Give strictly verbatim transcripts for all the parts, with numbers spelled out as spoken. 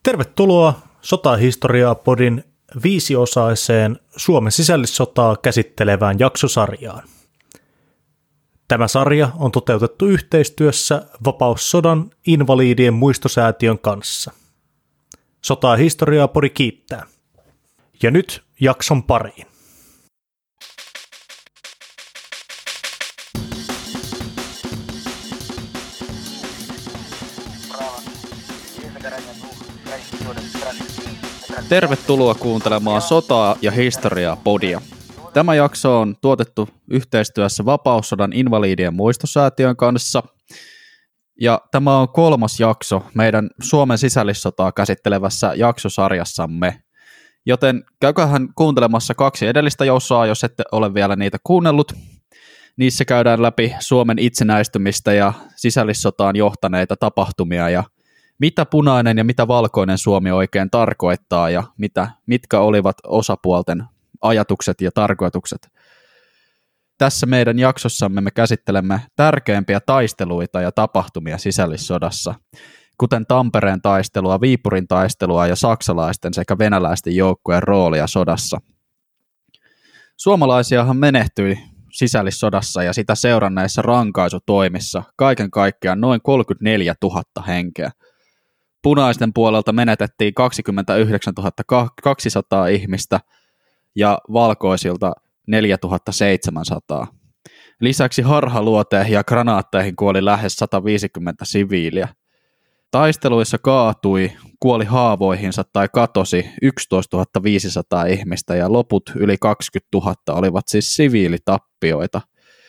Tervetuloa Sotahistoriaa-podin viisiosaiseen Suomen sisällissotaa käsittelevään jaksosarjaan. Tämä sarja on toteutettu yhteistyössä Vapaussodan invalidien muistosäätiön kanssa. Sotahistoriaa-podi kiittää. Ja nyt jakson pariin. Tervetuloa kuuntelemaan Sotaa ja historiaa podia. Tämä jakso on tuotettu yhteistyössä Vapaussodan invalidien muistosäätiön kanssa. Ja tämä on kolmas jakso meidän Suomen sisällissotaa käsittelevässä jaksosarjassamme. Joten käyköhän kuuntelemassa kaksi edellistä jaksoa, jos ette ole vielä niitä kuunnellut. Niissä käydään läpi Suomen itsenäistymistä ja sisällissotaan johtaneita tapahtumia ja mitä punainen ja mitä valkoinen Suomi oikein tarkoittaa ja mitä, mitkä olivat osapuolten ajatukset ja tarkoitukset. Tässä meidän jaksossamme me käsittelemme tärkeimpiä taisteluita ja tapahtumia sisällissodassa, kuten Tampereen taistelua, Viipurin taistelua ja saksalaisten sekä venäläisten joukkojen roolia sodassa. Suomalaisiahan menehtyi sisällissodassa ja sitä seuranneissa rankaisutoimissa kaiken kaikkiaan noin kolmekymmentäneljätuhatta henkeä. Punaisten puolelta menetettiin kaksikymmentäyhdeksäntuhatta kaksisataa ihmistä ja valkoisilta neljätuhattaseitsemänsataa. Lisäksi harhaluoteihin ja granaatteihin kuoli lähes sata viisikymmentä siviiliä. Taisteluissa kaatui, kuoli haavoihinsa tai katosi yksitoistatuhatta viisisataa ihmistä ja loput yli kaksikymmentätuhatta olivat siis siviilitappioita.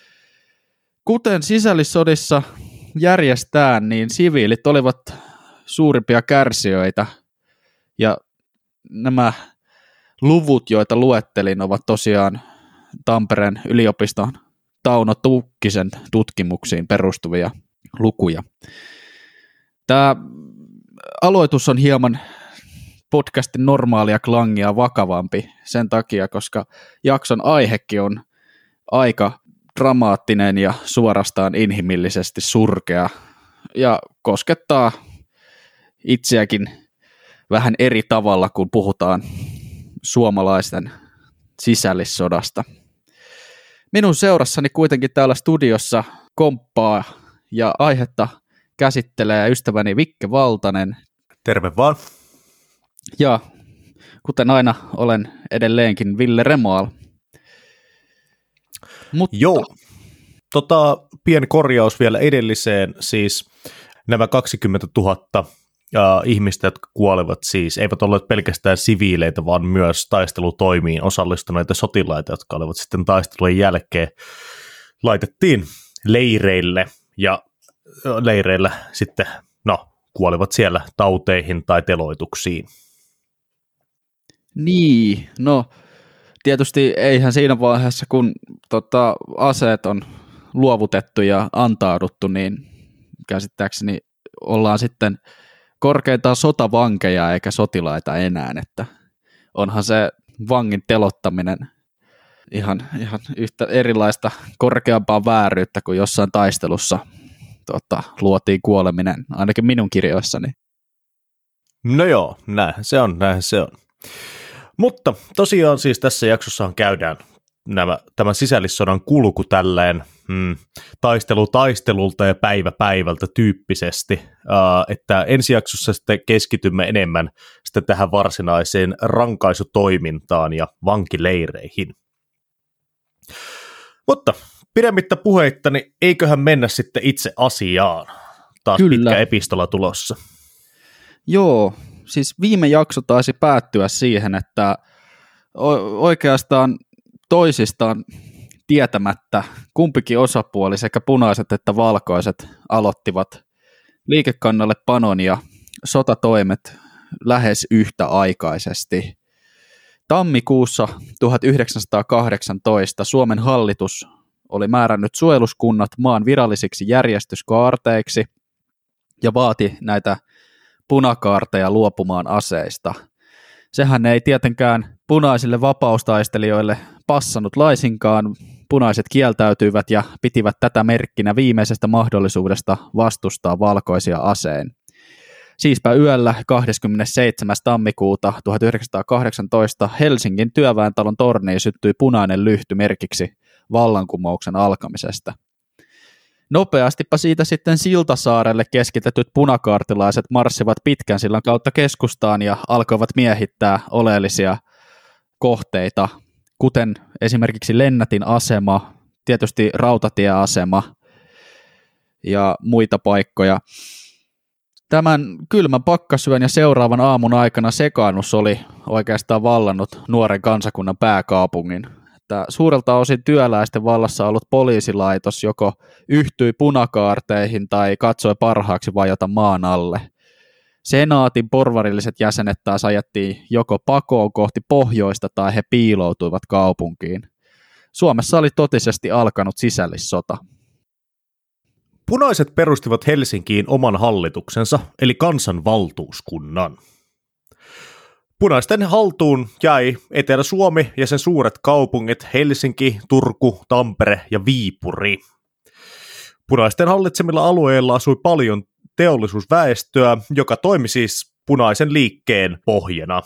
Kuten sisällissodissa järjestään, niin siviilit olivat suurimpia kärsijöitä, ja nämä luvut, joita luettelin, ovat tosiaan Tampereen yliopiston Tauno Tukkisen tutkimuksiin perustuvia lukuja. Tämä aloitus on hieman podcastin normaalia klangia vakavampi sen takia, koska jakson aihekin on aika dramaattinen ja suorastaan inhimillisesti surkea ja koskettaa itseäkin vähän eri tavalla, kun puhutaan suomalaisten sisällissodasta. Minun seurassani kuitenkin täällä studiossa komppaa ja aihetta käsittelee ystäväni Vikke Valtanen. Terve vaan. Ja kuten aina olen edelleenkin Ville Remoal. Mutta Joo, tota, pieni korjaus vielä edelliseen, siis nämä kaksikymmentätuhatta ja ihmistä, jotka kuolevat siis, eivät olleet pelkästään siviileitä, vaan myös taistelutoimiin osallistuneita sotilaita, jotka olivat sitten taistelujen jälkeen laitettiin leireille ja leireillä sitten, no, kuolivat siellä tauteihin tai teloituksiin. Niin, no tietysti eihän siinä vaiheessa, kun tota, aseet on luovutettu ja antauduttu, niin käsittääkseni ollaan sitten korkeintaan sotavankeja eikä sotilaita enää, että onhan se vangin telottaminen ihan, ihan yhtä erilaista korkeampaa vääryyttä kuin jossain taistelussa tota, luotiin kuoleminen, ainakin minun kirjoissani. No joo, näinhän se on, näinhän se on. Mutta tosiaan siis tässä jaksossahan käydään nämä, tämän sisällissodan kulku tälleen hmm, taistelu taistelulta ja päivä päivältä tyyppisesti, uh, että ensi jaksossa sitten keskitymme enemmän sitten tähän varsinaiseen rankaisutoimintaan ja vankileireihin. Mutta pidemmittä puheitta, niin eiköhän mennä sitten itse asiaan. Taas Kyllä. Pitkä epistola tulossa. Joo, siis viime jakso taisi päättyä siihen, että oikeastaan toisistaan tietämättä kumpikin osapuoli, sekä punaiset että valkoiset, aloittivat liikekannalle panon ja sotatoimet lähes yhtäaikaisesti. Tammikuussa tuhatyhdeksänsataakahdeksantoista Suomen hallitus oli määrännyt suojeluskunnat maan virallisiksi järjestyskaarteiksi ja vaati näitä punakaarteja luopumaan aseista. Sehän ei tietenkään punaisille vapaustaistelijoille passannut laisinkaan. Punaiset kieltäytyivät ja pitivät tätä merkkinä viimeisestä mahdollisuudesta vastustaa valkoisia aseen. Siispä yöllä kahdeskymmenesseitsemäs tammikuuta tuhatyhdeksänsataakahdeksantoista Helsingin työväentalon torniin syttyi punainen lyhty merkiksi vallankumouksen alkamisesta. Nopeastipa siitä sitten Siltasaarelle keskitetyt punakaartilaiset marssivat pitkän sillan kautta keskustaan ja alkoivat miehittää oleellisia kohteita, kuten esimerkiksi Lennätin asema, tietysti rautatieasema ja muita paikkoja. Tämän kylmän pakkasyön ja seuraavan aamun aikana sekaannus oli oikeastaan vallannut nuoren kansakunnan pääkaupungin. Että suurelta osin työläisten vallassa ollut poliisilaitos joko yhtyi punakaarteihin tai katsoi parhaaksi vajota maan alle. Senaatin porvarilliset jäsenet taas ajettiin joko pakoon kohti pohjoista tai he piiloutuivat kaupunkiin. Suomessa oli totisesti alkanut sisällissota. Punaiset perustivat Helsinkiin oman hallituksensa, eli kansanvaltuuskunnan. Punaisten haltuun jäi Etelä-Suomi ja sen suuret kaupungit Helsinki, Turku, Tampere ja Viipuri. Punaisten hallitsemilla alueilla asui paljon teollisuusväestöä, joka toimi siis punaisen liikkeen pohjana.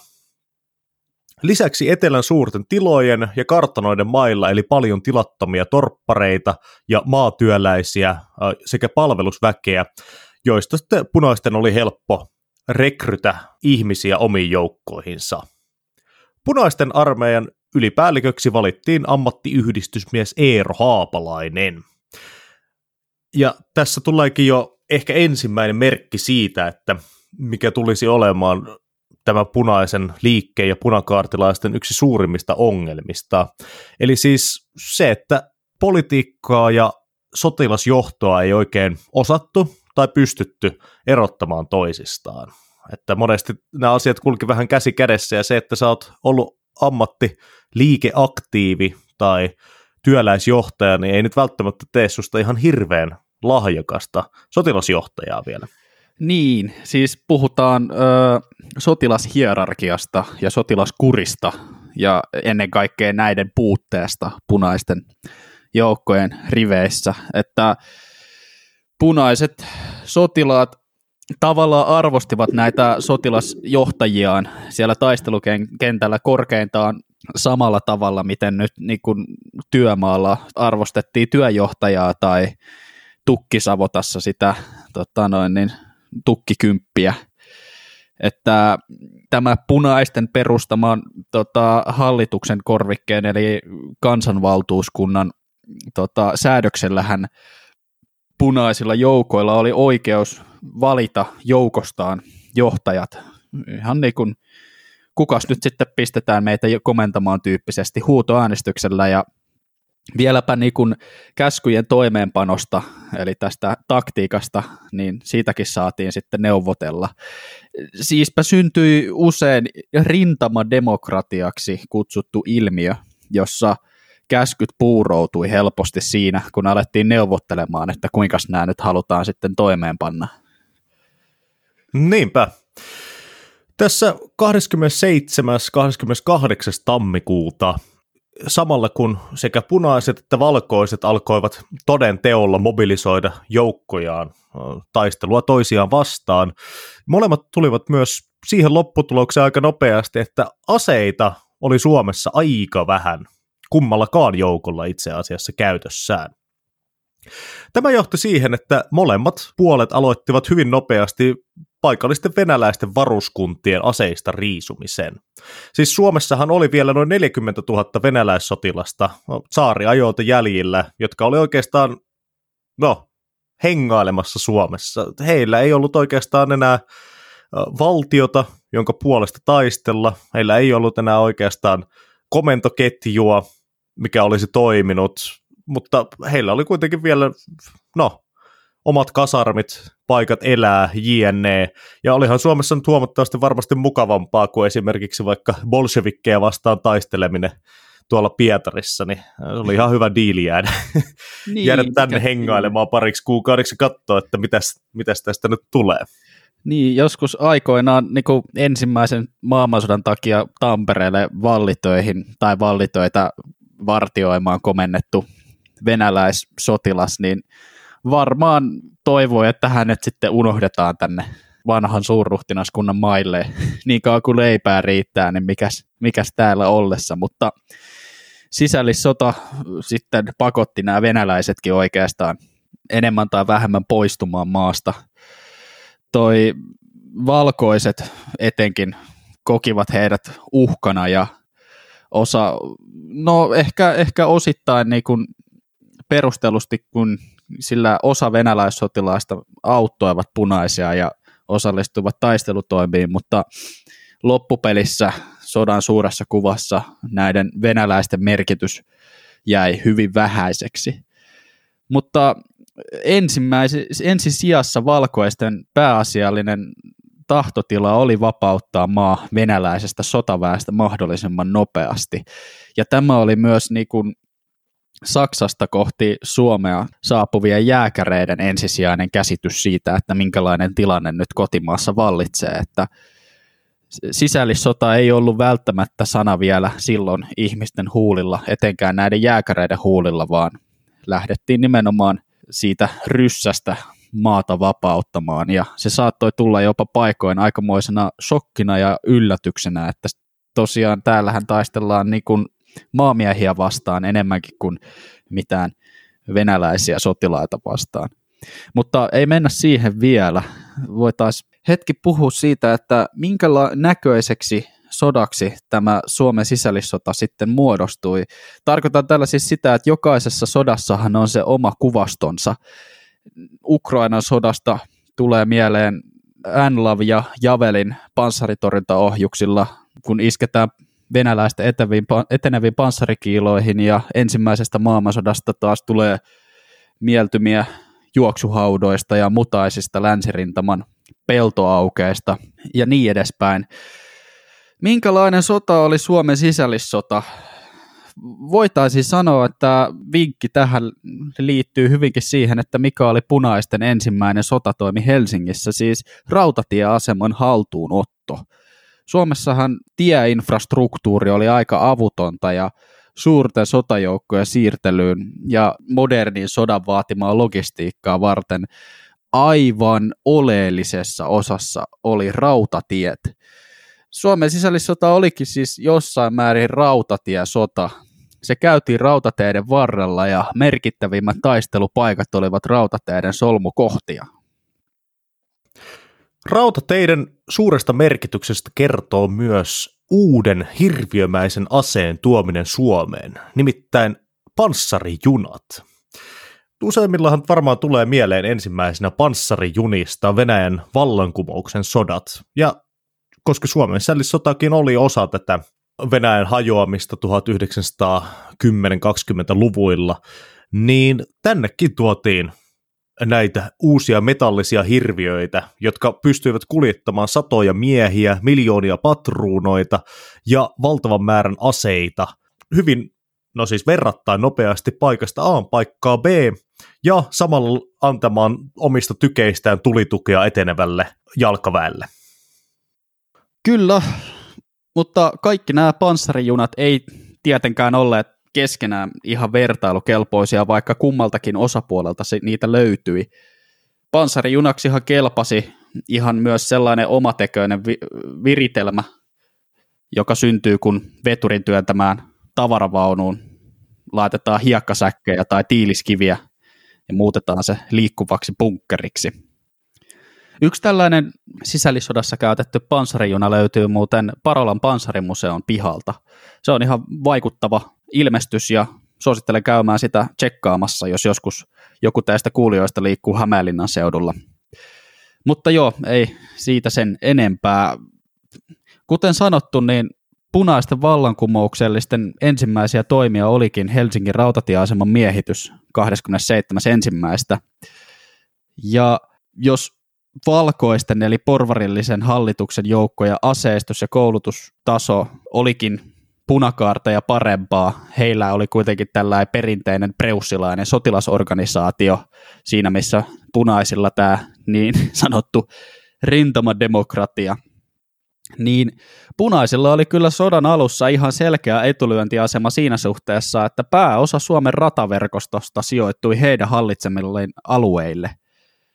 Lisäksi etelän suurten tilojen ja kartanoiden mailla eli paljon tilattomia torppareita ja maatyöläisiä sekä palvelusväkeä, joista sitten punaisten oli helppo rekrytä ihmisiä omiin joukkoihinsa. Punaisten armeijan ylipäälliköksi valittiin ammattiyhdistysmies Eero Haapalainen. Ja tässä tuleekin jo ehkä ensimmäinen merkki siitä, että mikä tulisi olemaan tämä punaisen liikkeen ja punakaartilaisten yksi suurimmista ongelmista. Eli siis se, että politiikkaa ja sotilasjohtoa ei oikein osattu tai pystytty erottamaan toisistaan. Että monesti nämä asiat kulki vähän käsi kädessä ja se, että sä oot ollut ammattiliikeaktiivi tai työläisjohtaja, niin ei nyt välttämättä tee susta ihan hirveän lahjakasta sotilasjohtajaa vielä. Niin, siis puhutaan ö, sotilashierarkiasta ja sotilaskurista ja ennen kaikkea näiden puutteesta punaisten joukkojen riveissä, että punaiset sotilaat tavallaan arvostivat näitä sotilasjohtajiaan siellä taistelukentällä korkeintaan samalla tavalla, miten nyt niin kuin työmaalla arvostettiin työjohtajaa tai tukkisavotassa sitä tota noin, niin, tukkikymppiä. Että tämä punaisten perustaman tota, hallituksen korvikkeen eli kansanvaltuuskunnan tota, säädöksellähän punaisilla joukoilla oli oikeus valita joukostaan johtajat. Ihan niin kuin kukas nyt sitten pistetään meitä komentamaan tyyppisesti huutoäänestyksellä ja vieläpä niin kuin käskyjen toimeenpanosta, eli tästä taktiikasta, niin siitäkin saatiin sitten neuvotella. Siispä syntyi usein rintamademokratiaksi kutsuttu ilmiö, jossa käskyt puuroutui helposti siinä, kun alettiin neuvottelemaan, että kuinka nämä nyt halutaan sitten toimeenpanna. Niinpä. Tässä kahdeskymmenesseitsemäs kahdeskymmeneskahdeksas tammikuuta samalla kun sekä punaiset että valkoiset alkoivat toden teolla mobilisoida joukkojaan taistelua toisiaan vastaan, molemmat tulivat myös siihen lopputulokseen aika nopeasti, että aseita oli Suomessa aika vähän, kummallakaan joukolla itse asiassa käytössään. Tämä johti siihen, että molemmat puolet aloittivat hyvin nopeasti paikallisten venäläisten varuskuntien aseista riisumisen. Siis Suomessahan oli vielä noin neljäkymmentätuhatta venäläissotilasta tsaariajoilta jäljillä, jotka oli oikeastaan, no, hengailemassa Suomessa. Heillä ei ollut oikeastaan enää valtiota, jonka puolesta taistella. Heillä ei ollut enää oikeastaan komentoketjua, mikä olisi toiminut, mutta heillä oli kuitenkin vielä, no, omat kasarmit, paikat elää, jne. Ja olihan Suomessa nyt huomattavasti varmasti mukavampaa kuin esimerkiksi vaikka bolshevikkeja vastaan taisteleminen tuolla Pietarissa, niin oli ihan hyvä diili jäädä, niin, jäädä tänne mikä, hengailemaan pariksi kuukaudeksi ja katsoa, että mitäs, mitäs tästä nyt tulee. Niin, joskus aikoinaan niin kuin ensimmäisen maailmansodan takia Tampereelle vallitöihin tai vallitöitä vartioimaan komennettu venäläissotilas, niin varmaan toivoi, että hänet sitten unohdetaan tänne vanhan suurruhtinaskunnan maille niin kauan kuin leipää riittää, niin mikäs, mikäs täällä ollessa, mutta sisällissota sitten pakotti nämä venäläisetkin oikeastaan enemmän tai vähemmän poistumaan maasta. Toi valkoiset etenkin kokivat heidät uhkana ja osa, no ehkä, ehkä osittain niin kuin perustellusti, kun sillä osa venäläissotilaista auttoivat punaisia ja osallistuivat taistelutoimiin, mutta loppupelissä sodan suuressa kuvassa näiden venäläisten merkitys jäi hyvin vähäiseksi. Mutta ensisijassa valkoisten pääasiallinen tahtotila oli vapauttaa maa venäläisestä sotaväestä mahdollisimman nopeasti. Ja tämä oli myös niin kuin Saksasta kohti Suomea saapuvien jääkäreiden ensisijainen käsitys siitä, että minkälainen tilanne nyt kotimaassa vallitsee, että sisällissota ei ollut välttämättä sana vielä silloin ihmisten huulilla, etenkään näiden jääkäreiden huulilla, vaan lähdettiin nimenomaan siitä ryssästä maata vapauttamaan, ja se saattoi tulla jopa paikoin aikamoisena shokkina ja yllätyksenä, että tosiaan täällähän taistellaan niin kuin maamiehiä vastaan enemmänkin kuin mitään venäläisiä sotilaita vastaan. Mutta ei mennä siihen vielä. Voitaisiin hetki puhua siitä, että minkä näköiseksi sodaksi tämä Suomen sisällissota sitten muodostui. Tarkoitan tällä siis sitä, että jokaisessa sodassahan on se oma kuvastonsa. Ukrainan sodasta tulee mieleen N-L A V ja Javelin panssaritorjuntaohjuksilla, kun isketään venäläistä eteneviin panssarikiiloihin, ja ensimmäisestä maailmansodasta taas tulee mieltymiä juoksuhaudoista ja mutaisista länsirintaman peltoaukeista ja niin edespäin. Minkälainen sota oli Suomen sisällissota? Voitaisiin sanoa, että vinkki tähän liittyy hyvinkin siihen, että mikä oli punaisten ensimmäinen sotatoimi Helsingissä, siis rautatieaseman haltuunotto. Suomessahan tieinfrastruktuuri oli aika avutonta ja suurten sotajoukkojen siirtelyyn ja modernin sodan vaatimaa logistiikkaa varten aivan oleellisessa osassa oli rautatiet. Suomen sisällissota olikin siis jossain määrin rautatiesota. Se käytiin rautateiden varrella ja merkittävimmät taistelupaikat olivat rautateiden solmukohtia. Rautateiden suuresta merkityksestä kertoo myös uuden hirviömäisen aseen tuominen Suomeen, nimittäin panssarijunat. Useimmillahan varmaan tulee mieleen ensimmäisenä panssarijunista Venäjän vallankumouksen sodat, ja koska Suomen sisällissotakin oli osa tätä Venäjän hajoamista tuhatyhdeksänsataakymmentä-kaksikymmentäluvuilla, niin tännekin tuotiin näitä uusia metallisia hirviöitä, jotka pystyivät kuljettamaan satoja miehiä, miljoonia patruunoita ja valtavan määrän aseita hyvin, no siis verrattain nopeasti paikasta A paikkaa B, ja samalla antamaan omista tykeistään tulitukea etenevälle jalkaväelle. Kyllä, mutta kaikki nämä panssarijunat ei tietenkään olleet keskenään ihan vertailukelpoisia, vaikka kummaltakin osapuolelta se, niitä löytyi. Panssarijunaksihan kelpasi ihan myös sellainen omateköinen vi- viritelmä, joka syntyy, kun veturin työntämään tavaravaunuun laitetaan hiekkasäkkejä tai tiiliskiviä ja muutetaan se liikkuvaksi bunkkeriksi. Yksi tällainen sisällissodassa käytetty panssarijuna löytyy muuten Parolan panssarimuseon pihalta. Se on ihan vaikuttava ilmestys ja suosittelen käymään sitä tsekkaamassa, jos joskus joku teistä kuulijoista liikkuu Hämeenlinnan seudulla. Mutta joo, ei siitä sen enempää. Kuten sanottu, niin punaisten vallankumouksellisten ensimmäisiä toimia olikin Helsingin rautatieaseman miehitys kahdeskymmenesseitsemäs ensimmäistä Ja jos valkoisten eli porvarillisen hallituksen joukkoja aseistus- ja koulutustaso olikin punakaarta ja parempaa, heillä oli kuitenkin tällainen perinteinen preussilainen sotilasorganisaatio siinä, missä punaisilla tämä niin sanottu rintamademokratia. Niin punaisilla oli kyllä sodan alussa ihan selkeä etulyöntiasema siinä suhteessa, että pääosa Suomen rataverkostosta sijoittui heidän hallitsemilleen alueille.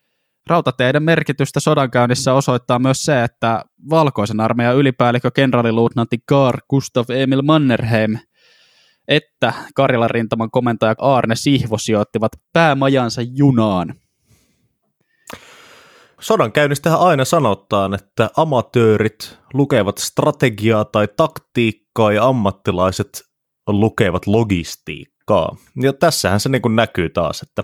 Rautateiden merkitystä sodankäynnissä osoittaa myös se, että valkoisen armeijan ylipäällikkö kenraaliluutnantti Carl Gustav Emil Mannerheim että Karjalan rintaman komentaja Aarne Sihvo sijoittivat päämajansa junaan. Sodankäynnistähän aina sanotaan, että amatöörit lukevat strategiaa tai taktiikkaa ja ammattilaiset lukevat logistiikkaa. Ja tässähän se niin kuin näkyy taas, että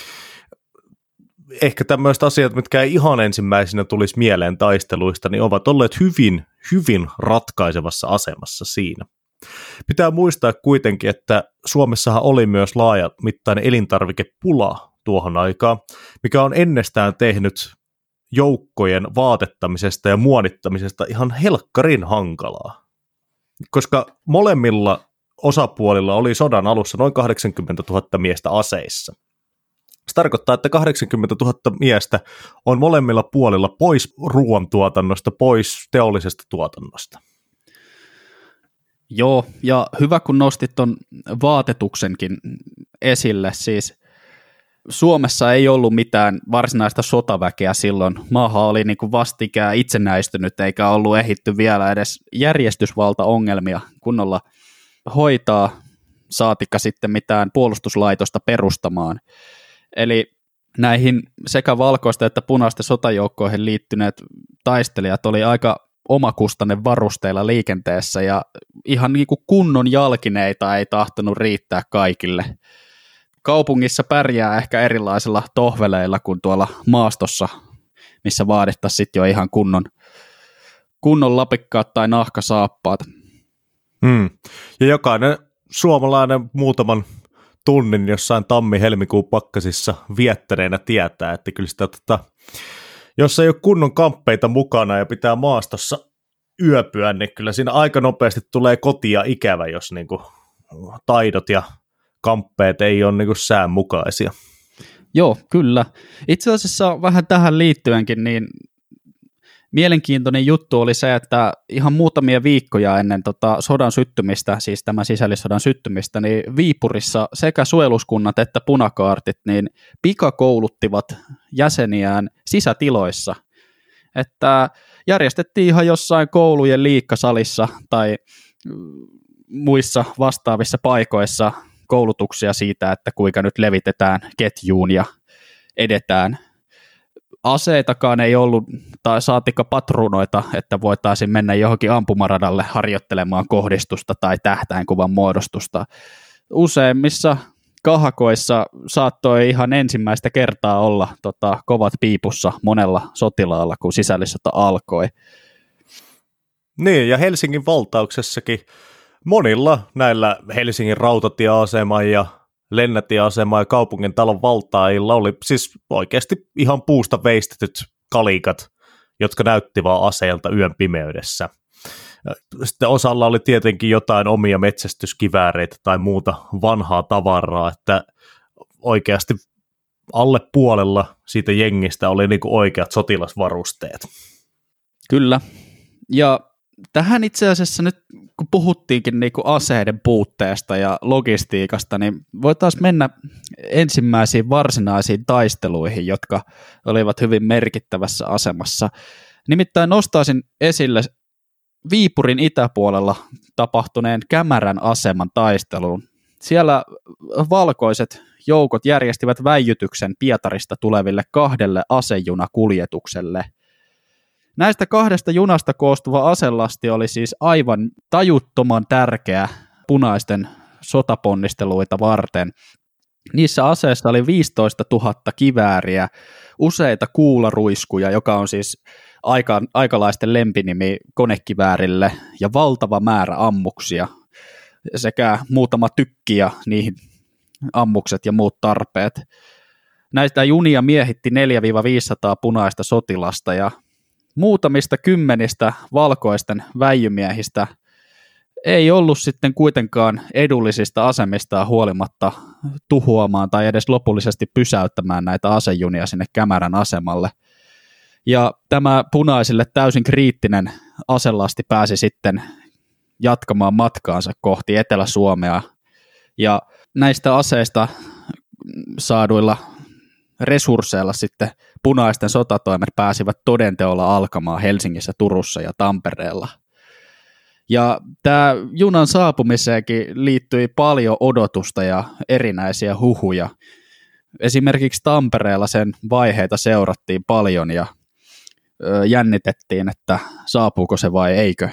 ehkä tämmöiset asiat, mitkä ei ihan ensimmäisenä tulisi mieleen taisteluista, niin ovat olleet hyvin, hyvin ratkaisevassa asemassa siinä. Pitää muistaa kuitenkin, että Suomessahan oli myös laajamittainen elintarvikepula tuohon aikaan, mikä on ennestään tehnyt joukkojen vaatettamisesta ja muonittamisesta ihan helkkarin hankalaa. Koska molemmilla osapuolilla oli sodan alussa noin kahdeksankymmentätuhatta miestä aseissa. Se tarkoittaa, että kahdeksankymmentätuhatta miestä on molemmilla puolilla pois ruoantuotannosta, pois teollisesta tuotannosta. Joo, ja hyvä kun nostit ton vaatetuksenkin esille, siis Suomessa ei ollut mitään varsinaista sotaväkeä silloin. Maahan oli niin kuin vastikään itsenäistynyt, eikä ollut ehditty vielä edes järjestysvaltaongelmia kunnolla hoitaa, saatikka sitten mitään puolustuslaitosta perustamaan. Eli näihin sekä valkoista että punaisten sotajoukkoihin liittyneet taistelijat oli aika omakustainen varusteilla liikenteessä, ja ihan niin kuin kunnon jalkineita ei tahtonut riittää kaikille. Kaupungissa pärjää ehkä erilaisilla tohveleilla kuin tuolla maastossa, missä vaadittaisiin sitten jo ihan kunnon, kunnon lapikkaat tai nahkasaappaat. Hmm. Ja jokainen suomalainen muutaman tunnin jossain tammi-helmikuun pakkasissa viettäneenä tietää, että kyllä sitä, tota, jos ei ole kunnon kamppeita mukana ja pitää maastossa yöpyä, niin kyllä siinä aika nopeasti tulee kotia ikävä, jos niinku taidot ja kamppeet ei ole niinku säänmukaisia. Joo, kyllä. Itse asiassa vähän tähän liittyenkin, niin mielenkiintoinen juttu oli se, että ihan muutamia viikkoja ennen tota sodan syttymistä, siis tämän sisällissodan syttymistä, niin Viipurissa sekä suojeluskunnat että punakaartit niin pikakouluttivat jäseniään sisätiloissa. Että järjestettiin ihan jossain koulujen liikkasalissa tai muissa vastaavissa paikoissa koulutuksia siitä, että kuinka nyt levitetään ketjuun ja edetään. Aseitakaan ei ollut, tai saatikka patruunoita, että voitaisiin mennä johonkin ampumaradalle harjoittelemaan kohdistusta tai tähtäinkuvan muodostusta. Useimmissa kahakoissa saattoi ihan ensimmäistä kertaa olla tota, kovat piipussa monella sotilaalla, kun sisällissota alkoi. Niin, ja Helsingin valtauksessakin monilla näillä Helsingin rautatieaseman ja lennätieasema ja kaupungin talon valtaajilla oli siis oikeasti ihan puusta veistetyt kalikat, jotka näytti vaan aseelta yön pimeydessä. Sitten osalla oli tietenkin jotain omia metsästyskivääreitä tai muuta vanhaa tavaraa, että oikeasti alle puolella siitä jengistä oli niinku oikeat sotilasvarusteet. Kyllä, ja tähän itse asiassa nyt, kun puhuttiinkin niinku aseiden puutteesta ja logistiikasta, niin voitaisiin mennä ensimmäisiin varsinaisiin taisteluihin, jotka olivat hyvin merkittävässä asemassa. Nimittäin nostaisin esille Viipurin itäpuolella tapahtuneen Kämärän aseman taistelun. Siellä valkoiset joukot järjestivät väijytyksen Pietarista tuleville kahdelle asejunakuljetukselle. Näistä kahdesta junasta koostuva aselasti oli siis aivan tajuttoman tärkeä punaisten sotaponnisteluita varten. Niissä aseissa oli viisitoista tuhatta kivääriä, useita kuularuiskuja, joka on siis aika, aikalaisten lempinimi konekiväärille, ja valtava määrä ammuksia sekä muutama tykki ja niihin ammukset ja muut tarpeet. Näistä junia miehitti neljä viisisataa punaista sotilasta, ja muutamista kymmenistä valkoisten väijymiehistä ei ollut sitten kuitenkaan edullisista asemistaan huolimatta tuhoamaan tai edes lopullisesti pysäyttämään näitä asejunia sinne Kämärän asemalle. Ja tämä punaisille täysin kriittinen aselasti pääsi sitten jatkamaan matkaansa kohti Etelä-Suomea. Ja näistä aseista saaduilla resursseilla sitten punaisten sotatoimet pääsivät todenteolla alkamaan Helsingissä, Turussa ja Tampereella. Ja tämä junan saapumiseenkin liittyi paljon odotusta ja erinäisiä huhuja. Esimerkiksi Tampereella sen vaiheita seurattiin paljon ja ö, jännitettiin, että saapuuko se vai eikö.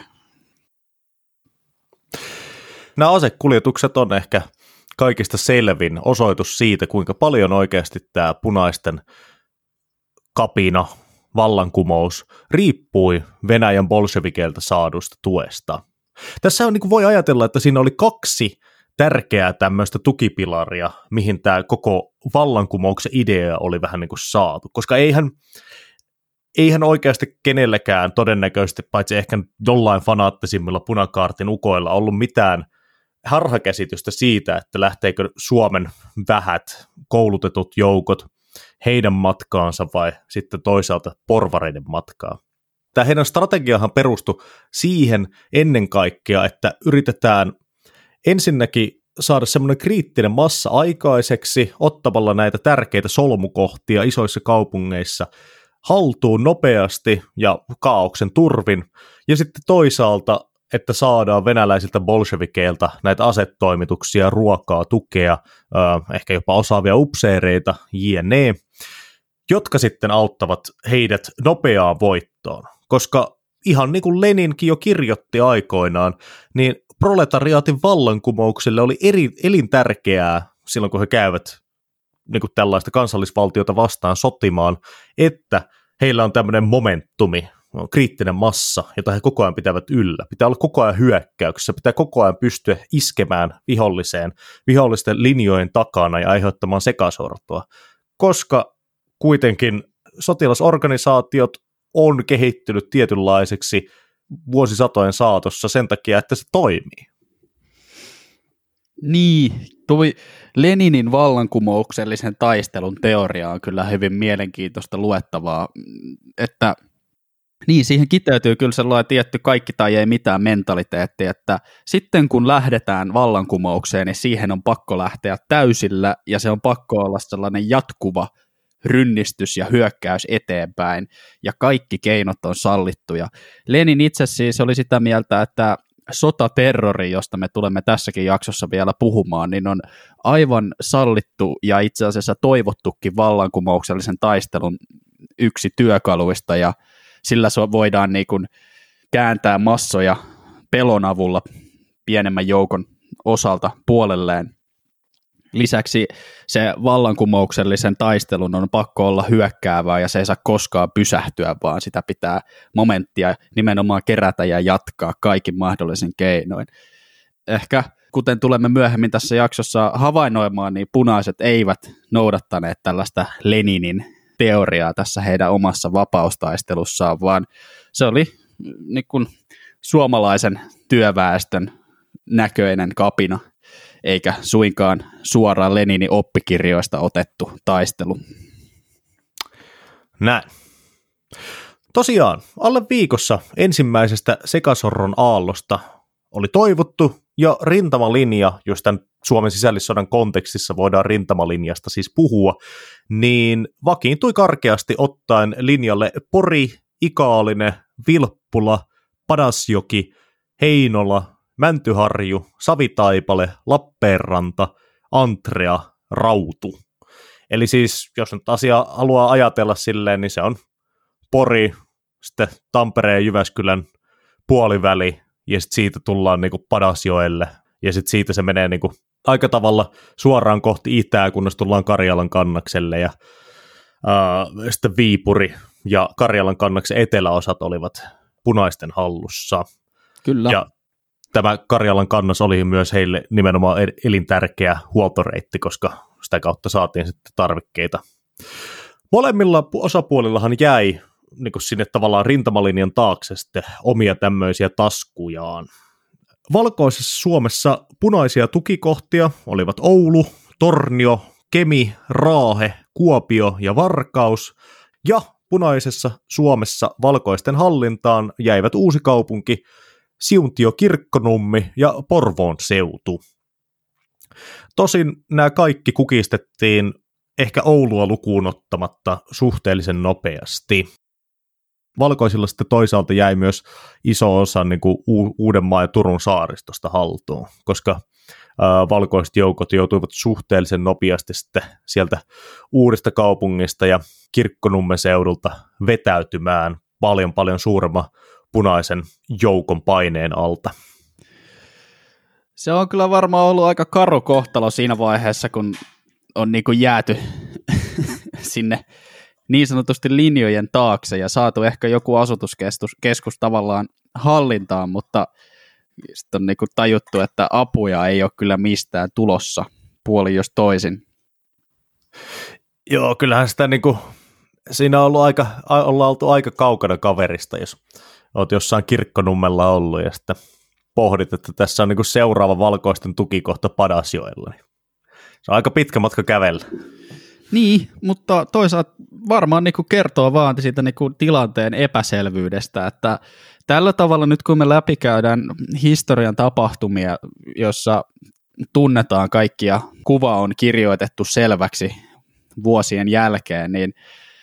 Nämä asekuljetukset on ehkä kaikista selvin osoitus siitä, kuinka paljon oikeasti tämä punaisten kapina, vallankumous riippui Venäjän bolshevikeilta saadusta tuesta. Tässä on, niin kuin voi ajatella, että siinä oli kaksi tärkeää tämmöistä tukipilaria, mihin tämä koko vallankumouksen idea oli vähän niin kuin saatu, koska eihän, eihän oikeasti kenelläkään todennäköisesti, paitsi ehkä jollain fanaattisimmilla punakaartin ukoilla ollut mitään harhakäsitystä siitä, että lähteekö Suomen vähät koulutetut joukot heidän matkaansa vai sitten toisaalta porvareiden matkaan. Tämä heidän strategiahan perustui siihen ennen kaikkea, että yritetään ensinnäkin saada semmoinen kriittinen massa aikaiseksi ottamalla näitä tärkeitä solmukohtia isoissa kaupungeissa haltuun nopeasti ja kaaoksen turvin, ja sitten toisaalta, että saadaan venäläisiltä bolshevikeilta näitä asetoimituksia, ruokaa, tukea, ehkä jopa osaavia upseereita, jne, jotka sitten auttavat heidät nopeaan voittoon. Koska ihan niin kuin Leninkin jo kirjoitti aikoinaan, niin proletariaatin vallankumoukselle oli eri, elintärkeää silloin, kun he käyvät niin kuin tällaista kansallisvaltiota vastaan sotimaan, että heillä on tämmöinen momentumi, kriittinen massa, jota he koko ajan pitävät yllä. Pitää olla koko ajan hyökkäyksessä, pitää koko ajan pystyä iskemään viholliseen, vihollisten linjojen takana ja aiheuttamaan sekasortoa, koska kuitenkin sotilasorganisaatiot on kehittynyt tietynlaiseksi vuosisatojen saatossa sen takia, että se toimii. Niin, toi Leninin vallankumouksellisen taistelun teoria on kyllä hyvin mielenkiintoista luettavaa, että niin, siihen kiteytyy kyllä sellainen tietty kaikki tai ei mitään mentaliteetti, että sitten kun lähdetään vallankumoukseen, niin siihen on pakko lähteä täysillä ja se on pakko olla sellainen jatkuva rynnistys ja hyökkäys eteenpäin ja kaikki keinot on sallittuja. Lenin itse siis oli sitä mieltä, että sotaterrori, josta me tulemme tässäkin jaksossa vielä puhumaan, niin on aivan sallittu ja itse asiassa toivottukin vallankumouksellisen taistelun yksi työkaluista ja sillä voidaan niin kuin kääntää massoja pelon avulla pienemmän joukon osalta puolelleen. Lisäksi se vallankumouksellisen taistelun on pakko olla hyökkäävää ja se ei saa koskaan pysähtyä, vaan sitä pitää momenttia nimenomaan kerätä ja jatkaa kaikin mahdollisin keinoin. Ehkä kuten tulemme myöhemmin tässä jaksossa havainnoimaan, niin punaiset eivät noudattaneet tällaista Leninin teoriaa tässä heidän omassa vapaustaistelussaan, vaan se oli niin kuin suomalaisen työväestön näköinen kapina, eikä suinkaan suoraan Leninin oppikirjoista otettu taistelu. Näin. Tosiaan, alle viikossa ensimmäisestä sekasorron aallosta oli toivottu, ja rintamalinja, jos tämän Suomen sisällissodan kontekstissa voidaan rintamalinjasta siis puhua, niin vakiintui karkeasti ottaen linjalle Pori, Ikaalinen, Vilppula, Padasjoki, Heinola, Mäntyharju, Savitaipale, Lappeenranta, Antrea, Rautu. Eli siis, jos nyt asia haluaa ajatella silleen, niin se on Pori, sitten Tampereen ja Jyväskylän puoliväli, ja sitten siitä tullaan niinku Padasjoelle, ja sitten siitä se menee niinku aika tavalla suoraan kohti itää, kunnes tullaan Karjalan kannakselle, ja ää, sitten Viipuri ja Karjalan kannaksen eteläosat olivat punaisten hallussa. Kyllä. Ja tämä Karjalan kannas oli myös heille nimenomaan elintärkeä huoltoreitti, koska sitä kautta saatiin sitten tarvikkeita. Molemmilla osapuolillahan jäi niin kuin sinne tavallaan rintamalinjan taakse sitten omia tämmöisiä taskujaan. Valkoisessa Suomessa punaisia tukikohtia olivat Oulu, Tornio, Kemi, Raahe, Kuopio ja Varkaus, ja punaisessa Suomessa valkoisten hallintaan jäivät Uusikaupunki, Siuntio, Kirkkonummi ja Porvoon seutu. Tosin nämä kaikki kukistettiin ehkä Oulua lukuun ottamatta suhteellisen nopeasti. Valkoisilla sitten toisaalta jäi myös iso osa niin kuin Uudenmaan ja Turun saaristosta haltuun, koska ää, valkoiset joukot joutuivat suhteellisen nopeasti sitten sieltä Uudesta kaupungista ja Kirkkonummen seudulta vetäytymään paljon paljon suuremman punaisen joukon paineen alta. Se on kyllä varmaan ollut aika karu kohtalo siinä vaiheessa, kun on niin kuin jääty sinne niin sanotusti linjojen taakse ja saatu ehkä joku asutuskeskus keskus tavallaan hallintaan, mutta sitten on niin kuin tajuttu, että apuja ei ole kyllä mistään tulossa puoli jos toisin. Joo, kyllähän sitä niin kuin, siinä on ollut aika, ollaan oltu aika kaukana kaverista, jos olet jossain Kirkkonummella ollut ja sitten pohdit, että tässä on niin kuin seuraava valkoisten tukikohta Padasjoella. Se on aika pitkä matka kävellä. Niin, mutta toisaalta varmaan niin kuin kertoo vaan siitä niin kuin tilanteen epäselvyydestä, että tällä tavalla nyt kun me läpikäydään historian tapahtumia, jossa tunnetaan kaikkia, kuva on kirjoitettu selväksi vuosien jälkeen, niin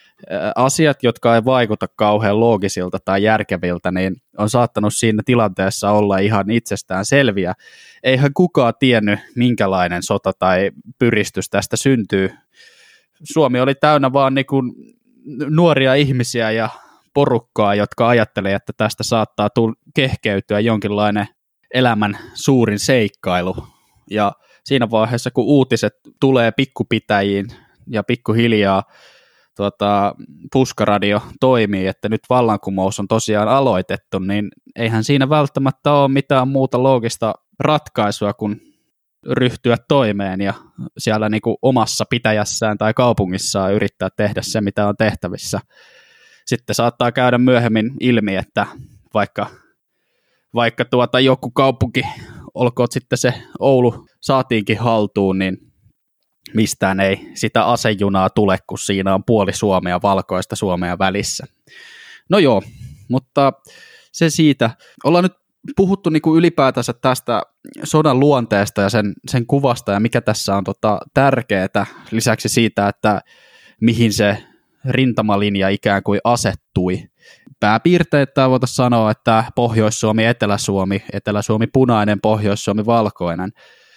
asiat, jotka ei vaikuta kauhean loogisilta tai järkeviltä, niin on saattanut siinä tilanteessa olla ihan itsestään selviä. Eihän kukaan tiennyt, minkälainen sota tai pyristys tästä syntyy. Suomi oli täynnä vaan niin kuin nuoria ihmisiä ja porukkaa, jotka ajattelee, että tästä saattaa kehkeytyä jonkinlainen elämän suurin seikkailu. Ja siinä vaiheessa, kun uutiset tulee pikkupitäjiin ja pikkuhiljaa tuota, puskaradio toimii, että nyt vallankumous on tosiaan aloitettu, niin eihän siinä välttämättä ole mitään muuta loogista ratkaisua kuin ryhtyä toimeen ja siellä niin kuin omassa pitäjässään tai kaupungissaan yrittää tehdä se, mitä on tehtävissä. Sitten saattaa käydä myöhemmin ilmi, että vaikka, vaikka tuota joku kaupunki, olkoon sitten se Oulu, saatiinkin haltuun, niin mistään ei sitä asejunaa tule, kun siinä on puoli Suomea, valkoista Suomea välissä. No joo, mutta se siitä. Ollaan nyt puhuttu niin kuin ylipäätänsä tästä sodan luonteesta ja sen, sen kuvasta ja mikä tässä on tota tärkeää, lisäksi siitä, että mihin se rintamalinja ikään kuin asettui. Pääpiirteittäin voitaisiin sanoa, että Pohjois-Suomi, Etelä-Suomi, Etelä-Suomi punainen, Pohjois-Suomi valkoinen.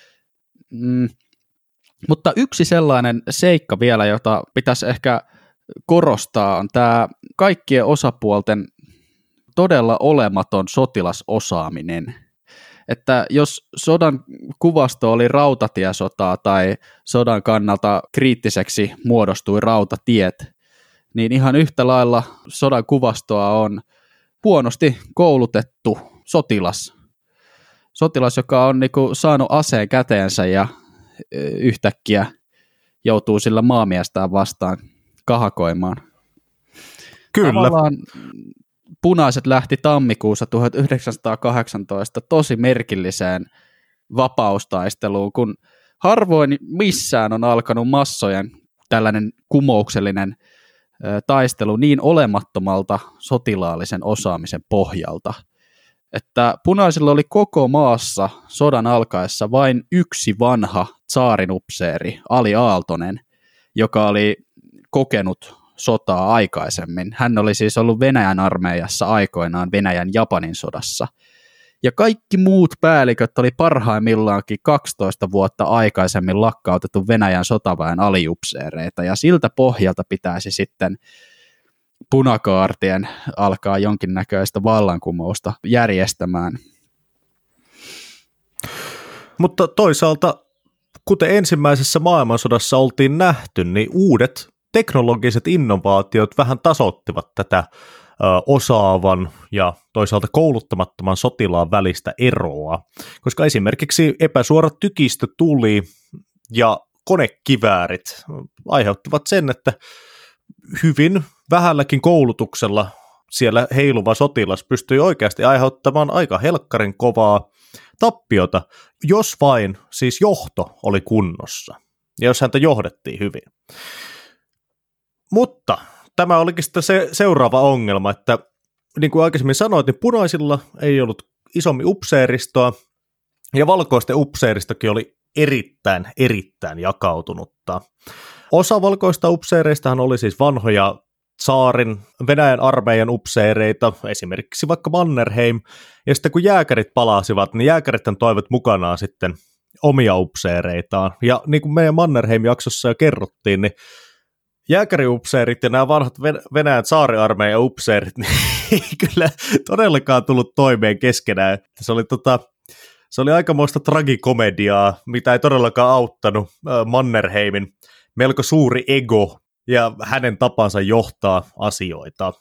Mm. Mutta yksi sellainen seikka vielä, jota pitäisi ehkä korostaa, on tämä kaikkien osapuolten todella olematon sotilasosaaminen. Että jos sodan kuvasto oli rautatiesotaa tai sodan kannalta kriittiseksi muodostui rautatiet, niin ihan yhtä lailla sodan kuvastoa on huonosti koulutettu sotilas. Sotilas, joka on niinku saanut aseen käteensä ja yhtäkkiä joutuu sillä maamiestään vastaan kahakoimaan. Kyllä. Tavallaan punaiset lähti tammikuussa tuhatyhdeksänsataakahdeksantoista tosi merkilliseen vapaustaisteluun, kun harvoin missään on alkanut massojen tällainen kumouksellinen taistelu niin olemattomalta sotilaallisen osaamisen pohjalta, että punaisilla oli koko maassa sodan alkaessa vain yksi vanha tsaarinupseeri, Ali Aaltonen, joka oli kokenut sotaa aikaisemmin. Hän oli siis ollut Venäjän armeijassa aikoinaan Venäjän Japanin sodassa. Ja kaikki muut päälliköt oli parhaimmillaankin kaksitoista vuotta aikaisemmin lakkautettu Venäjän sotaväen aliupseereita, ja siltä pohjalta pitäisi sitten punakaartien alkaa jonkinnäköistä vallankumousta järjestämään. Mutta toisaalta, kuten ensimmäisessä maailmansodassa oltiin nähty, niin uudet teknologiset innovaatiot vähän tasoittivat tätä ö, osaavan ja toisaalta kouluttamattoman sotilaan välistä eroa, koska esimerkiksi epäsuora tykistö tuli ja konekiväärit aiheuttivat sen, että hyvin vähälläkin koulutuksella siellä heiluva sotilas pystyi oikeasti aiheuttamaan aika helkkarin kovaa tappiota, jos vain siis johto oli kunnossa ja jos häntä johdettiin hyvin. Mutta tämä olikin sitten se seuraava ongelma, että niin kuin aikaisemmin sanoit, niin punaisilla ei ollut isommin upseeristoa ja valkoisten upseeristokin oli erittäin, erittäin jakautunutta. Osa valkoista upseereistahan oli siis vanhoja tsaarin Venäjän armeijan upseereita, esimerkiksi vaikka Mannerheim, ja sitten kun jääkärit palasivat, niin jääkärit toivat mukanaan sitten omia upseereitaan, ja niin kuin meidän Mannerheim-jaksossa jo kerrottiin, niin jääkäriupseerit ja nämä vanhat Venäjän tsaariarmeijan upseerit, niin ei kyllä todellakaan tullut toimeen keskenään. Se oli, tota, se oli aikamoista tragikomediaa, mitä ei todellakaan auttanut äh, Mannerheimin melko suuri ego ja hänen tapansa johtaa asioita.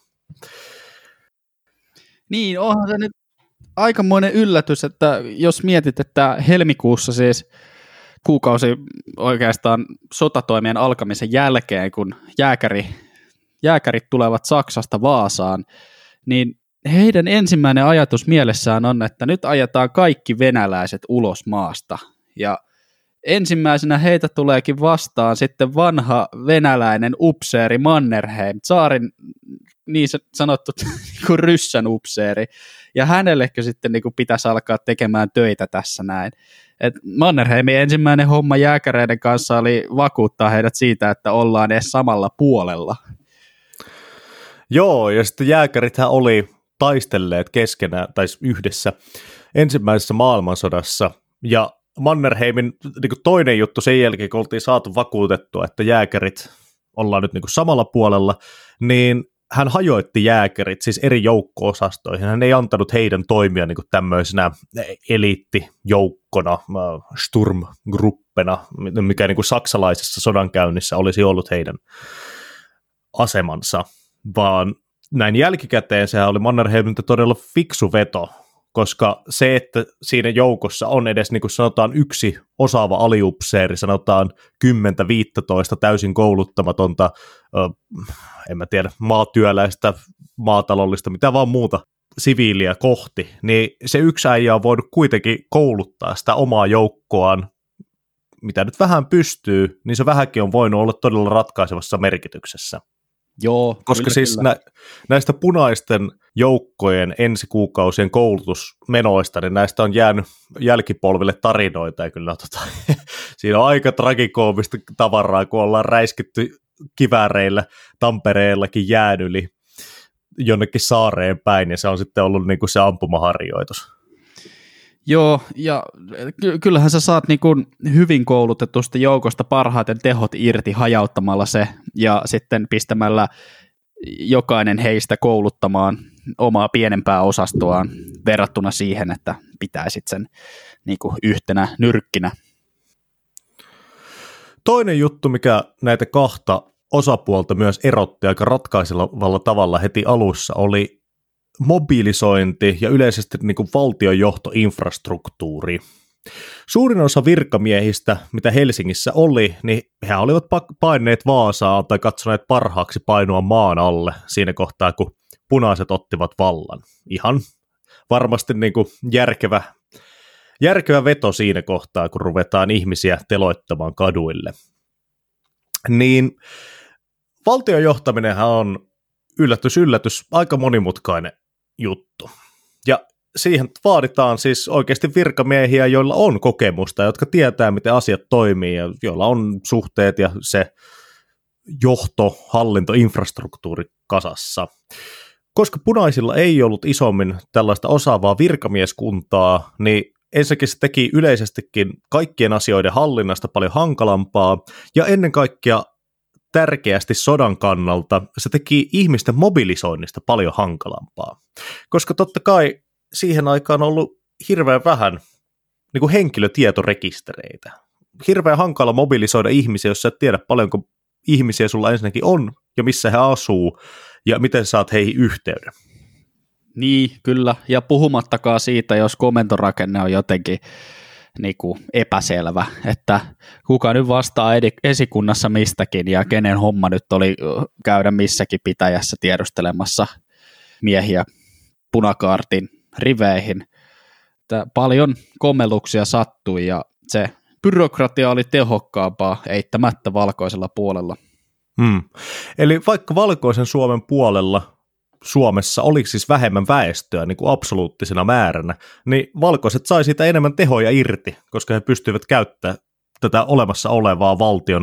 Niin, onhan se nyt aikamoinen yllätys, että jos mietit, että helmikuussa siis kuukausi oikeastaan sotatoimien alkamisen jälkeen, kun jääkäri, jääkärit tulevat Saksasta Vaasaan, niin heidän ensimmäinen ajatus mielessään on, että nyt ajetaan kaikki venäläiset ulos maasta. Ja ensimmäisenä heitä tuleekin vastaan sitten vanha venäläinen upseeri Mannerheim, tsaarin niin sanottu niin ryssän upseeri, ja hänellekö sitten niin pitäisi alkaa tekemään töitä tässä näin. Et Mannerheimin ensimmäinen homma jääkäreiden kanssa oli vakuuttaa heidät siitä, että ollaan edes samalla puolella. Joo, ja sitten jääkärithän oli taistelleet keskenään, tai yhdessä, ensimmäisessä maailmansodassa, ja Mannerheimin niin kuin toinen juttu sen jälkeen, kun oltiin saatu vakuutettua, että jääkärit ollaan nyt niin kuin samalla puolella, niin hän hajoitti jääkärit siis eri joukko-osastoihin. Hän ei antanut heidän toimia niin kuin tämmöisenä eliittijoukkona, Sturmgruppena, mikä niin kuin saksalaisessa sodankäynnissä olisi ollut heidän asemansa, vaan näin jälkikäteen sehän oli Mannerheimilta todella fiksu veto, koska se, että siinä joukossa on edes niin kuin sanotaan yksi osaava aliupseeri, sanotaan kymmenen viisitoista täysin kouluttamatonta, en mä tiedä, maatyöläistä, maatalollista, mitä vaan muuta siviiliä kohti, niin se yksi äijä on voinut kuitenkin kouluttaa sitä omaa joukkoaan, mitä nyt vähän pystyy, niin se vähänkin on voinut olla todella ratkaisevassa merkityksessä. Joo, koska kyllä, siis kyllä. Nä, näistä punaisten joukkojen ensikuukausien koulutusmenoista, niin näistä on jäänyt jälkipolville tarinoita, ja kyllä tota, siinä on aika tragikoomista tavaraa, kun ollaan räiskitty kivääreillä Tampereellakin jään yli jonnekin saareen päin, ja se on sitten ollut niin kuin se ampumaharjoitus. Joo, ja ky- kyllähän sä saat niin kuin hyvin koulutetusta joukosta parhaiten tehot irti hajauttamalla se ja sitten pistämällä jokainen heistä kouluttamaan omaa pienempää osastoaan verrattuna siihen, että pitäisit sen niin kuin yhtenä nyrkkinä. Toinen juttu, mikä näitä kahta osapuolta myös erotti aika ratkaisevalla tavalla heti alussa, oli mobilisointi ja yleisesti niin kuin valtionjohtoinfrastruktuuri. Suurin osa virkamiehistä, mitä Helsingissä oli, niin he olivat paineet Vaasaan tai katsoneet parhaaksi painua maan alle siinä kohtaa, kun punaiset ottivat vallan. Ihan varmasti niin kuin järkevä, järkevä veto siinä kohtaa, kun ruvetaan ihmisiä teloittamaan kaduille. Niin valtion johtaminenhan on yllätys, yllätys, aika monimutkainen juttu. Ja siihen vaaditaan siis oikeasti virkamiehiä, joilla on kokemusta, jotka tietää, miten asiat toimii ja joilla on suhteet ja se johto, hallinto, infrastruktuuri kasassa. Koska punaisilla ei ollut isommin tällaista osaavaa virkamieskuntaa, niin ensinnäkin se teki yleisestikin kaikkien asioiden hallinnasta paljon hankalampaa ja ennen kaikkea tärkeästi sodan kannalta se teki ihmisten mobilisoinnista paljon hankalampaa. Koska totta kai siihen aikaan on ollut hirveän vähän niin kuin henkilötietorekistereitä. Hirveän hankala mobilisoida ihmisiä, jos sä et tiedä paljonko ihmisiä sulla ensinnäkin on ja missä he asuu ja miten saat heihin yhteyden. Niin, kyllä. Ja puhumattakaan siitä, jos komentorakenne on jotenkin niin kuin epäselvä, että kuka nyt vastaa esikunnassa mistäkin ja kenen homma nyt oli käydä missäkin pitäjässä tiedustelemassa miehiä punakaartin riveihin. Että paljon komelluksia sattui ja se byrokratia oli tehokkaampaa eittämättä valkoisella puolella. Hmm. Eli vaikka valkoisen Suomen puolella Suomessa oli siis vähemmän väestöä niin kuin absoluuttisena määränä, niin valkoiset sai siitä enemmän tehoja irti, koska he pystyivät käyttämään tätä olemassa olevaa valtion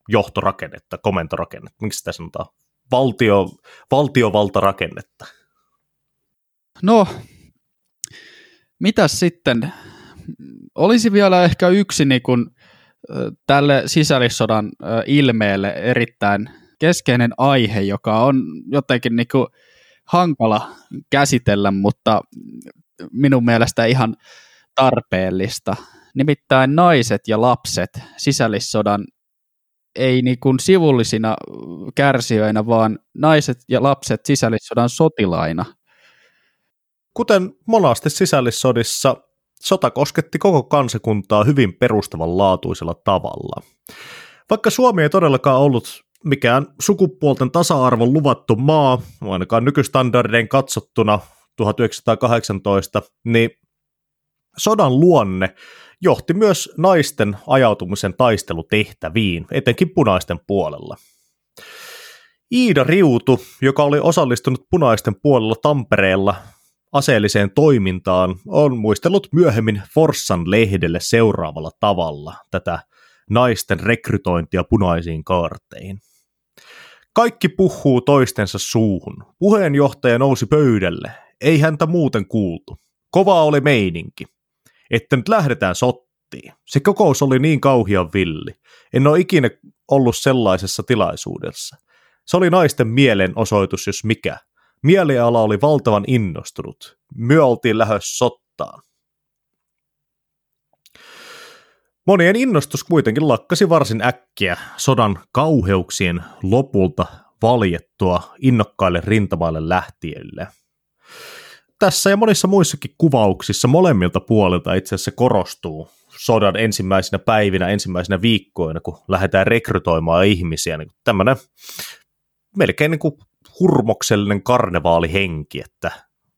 johtorakennetta, komentorakennetta, miksi sitä sanotaan, Valtio, valtiovaltarakennetta. No, mitäs sitten? Olisi vielä ehkä yksi niin kun, tälle sisällissodan ilmeelle erittäin keskeinen aihe, joka on jotenkin niin kuin hankala käsitellä, mutta minun mielestä ihan tarpeellista. Nimittäin naiset ja lapset sisällissodan ei niin kuin sivullisina kärsijöinä, vaan naiset ja lapset sisällissodan sotilaina. Kuten monasti sisällissodissa, sota kosketti koko kansakuntaa hyvin perustavanlaatuisella tavalla. Vaikka Suomi ei todellakaan ollut mikään sukupuolten tasa-arvon luvattu maa, ainakaan nykystandardein katsottuna tuhatyhdeksänsataakahdeksantoista, niin sodan luonne johti myös naisten ajautumisen taistelutehtäviin, etenkin punaisten puolella. Iida Riutu, joka oli osallistunut punaisten puolella Tampereella aseelliseen toimintaan, on muistellut myöhemmin Forssan lehdelle seuraavalla tavalla tätä naisten rekrytointia punaisiin kaarteihin. Kaikki puhuu toistensa suuhun. Puheenjohtaja nousi pöydälle. Ei häntä muuten kuultu. Kova oli meininki. Että nyt lähdetään sottiin. Se kokous oli niin kauhian villi. En ole ikinä ollut sellaisessa tilaisuudessa. Se oli naisten mielenosoitus, jos mikä. Mieliala oli valtavan innostunut. Myö oltiin lähes sottaan. Monien innostus kuitenkin lakkasi varsin äkkiä sodan kauheuksien lopulta valjettua innokkaille rintamaille lähtiöille. Tässä ja monissa muissakin kuvauksissa molemmilta puolilta itse asiassa korostuu sodan ensimmäisinä päivinä, ensimmäisinä viikkoina, kun lähdetään rekrytoimaan ihmisiä. Niin tämmöinen melkein niin kuin hurmoksellinen karnevaalihenki, että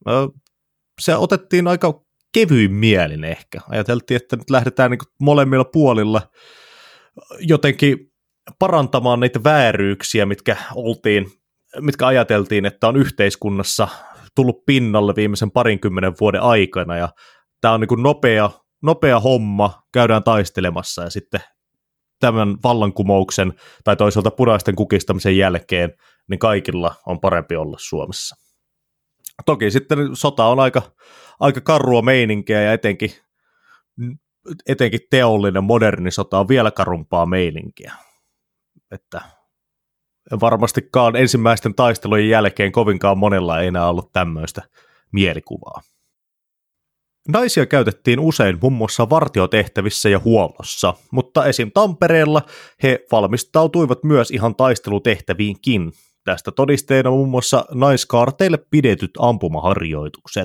se otettiin aika kevyin mielin ehkä. Ajateltiin, että nyt lähdetään niin kuin molemmilla puolilla jotenkin parantamaan niitä vääryyksiä, mitkä oltiin, mitkä ajateltiin, että on yhteiskunnassa tullut pinnalle viimeisen parinkymmenen vuoden aikana, ja tämä on niin kuin nopea, nopea homma, käydään taistelemassa, ja sitten tämän vallankumouksen tai toisaalta punaisten kukistamisen jälkeen, niin kaikilla on parempi olla Suomessa. Toki sitten sota on aika, aika karua meininkiä, ja etenkin, etenkin teollinen moderni sota on vielä karumpaa meininkiä. Että varmastikaan ensimmäisten taistelujen jälkeen kovinkaan monella ei enää ollut tämmöistä mielikuvaa. Naisia käytettiin usein muun muassa vartiotehtävissä ja huollossa, mutta esim. Tampereella he valmistautuivat myös ihan taistelutehtäviinkin. Tästä todisteena muun muassa naiskaarteille pidetyt ampumaharjoitukset.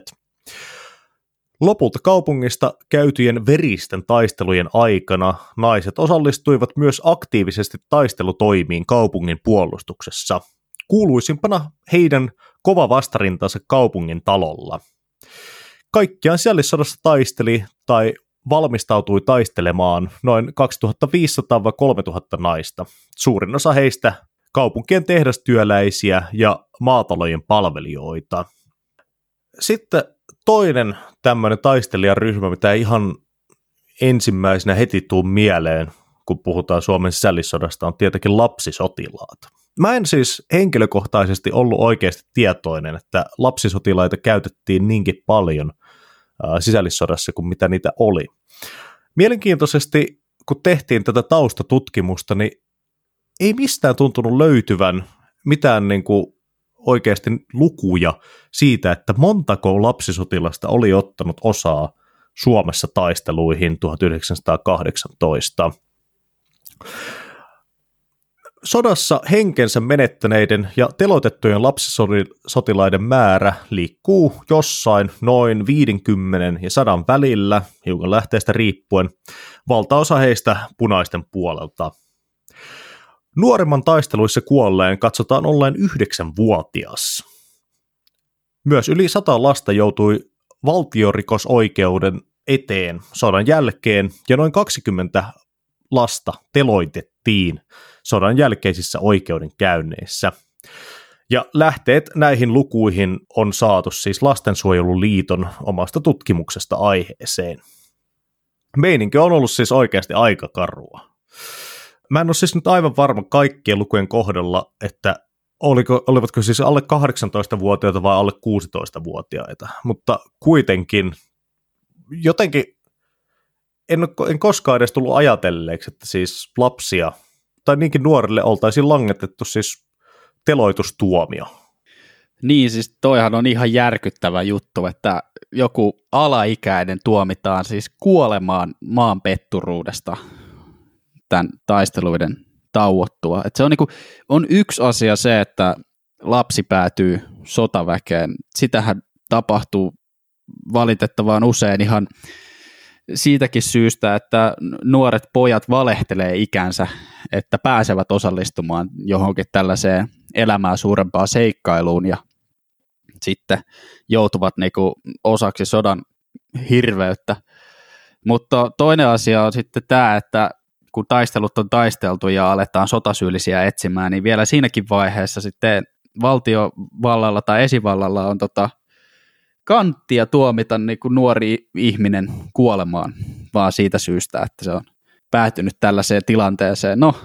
Lopulta kaupungista käytyjen veristen taistelujen aikana naiset osallistuivat myös aktiivisesti taistelutoimiin kaupungin puolustuksessa. Kuuluisimpana heidän kova vastarintansa kaupungin talolla. Kaikkiaan sisällissodassa taisteli tai valmistautui taistelemaan noin kaksituhattaviisisataa kolmetuhatta naista. Suurin osa heistä kaupunkien tehdastyöläisiä ja maatalojen palvelijoita. Sitten toinen tämmöinen taistelijaryhmä, mitä ihan ensimmäisenä heti tuu mieleen, kun puhutaan Suomen sisällissodasta, on tietenkin lapsisotilaat. Mä en siis henkilökohtaisesti ollut oikeasti tietoinen, että lapsisotilaita käytettiin niinkin paljon sisällissodassa kuin mitä niitä oli. Mielenkiintoisesti, kun tehtiin tätä taustatutkimusta, niin ei mistään tuntunut löytyvän mitään niin kuin oikeasti lukuja siitä, että montako lapsisotilasta oli ottanut osaa Suomessa taisteluihin tuhatyhdeksänsataakahdeksantoista. Sodassa henkensä menettäneiden ja teloitettujen lapsisotilaiden määrä liikkuu jossain noin viisikymmentä ja sata välillä, hiukan lähteestä riippuen, valtaosa heistä punaisten puolelta. Nuoremman taisteluissa kuolleen katsotaan olleen yhdeksänvuotias. Myös yli sata lasta joutui valtiorikosoikeuden eteen sodan jälkeen, ja noin kaksikymmentä lasta teloitettiin sodan jälkeisissä oikeudenkäynneissä. Ja lähteet näihin lukuihin on saatu siis Lastensuojeluliiton omasta tutkimuksesta aiheeseen. Meininki on ollut siis oikeasti aika karua. Mä en ole siis nyt aivan varma kaikkien lukujen kohdalla, että oliko, olivatko siis alle kahdeksantoistavuotiaita vai alle kuusitoistavuotiaita, mutta kuitenkin jotenkin en, en koskaan edes tullut ajatelleeksi, että siis lapsia tai niinkin nuorille oltaisiin langetettu siis teloitustuomio. Niin, siis toihan on ihan järkyttävä juttu, että joku alaikäinen tuomitaan siis kuolemaan maanpetturuudesta tämän taisteluiden tauottua. Et se on, niinku, on yksi asia se, että lapsi päätyy sotaväkeen. Sitähän tapahtuu valitettavan usein ihan siitäkin syystä, että nuoret pojat valehtelee ikänsä, että pääsevät osallistumaan johonkin tällaiseen elämää suurempaan seikkailuun ja sitten joutuvat niinku osaksi sodan hirveyttä. Mutta toinen asia on sitten tämä, että kun taistelut on taisteltu ja aletaan sotasyyllisiä etsimään, niin vielä siinäkin vaiheessa sitten valtiovallalla tai esivallalla on tota kanttia tuomita niin kuin nuori ihminen kuolemaan, vaan siitä syystä, että se on päätynyt tällaiseen tilanteeseen. No,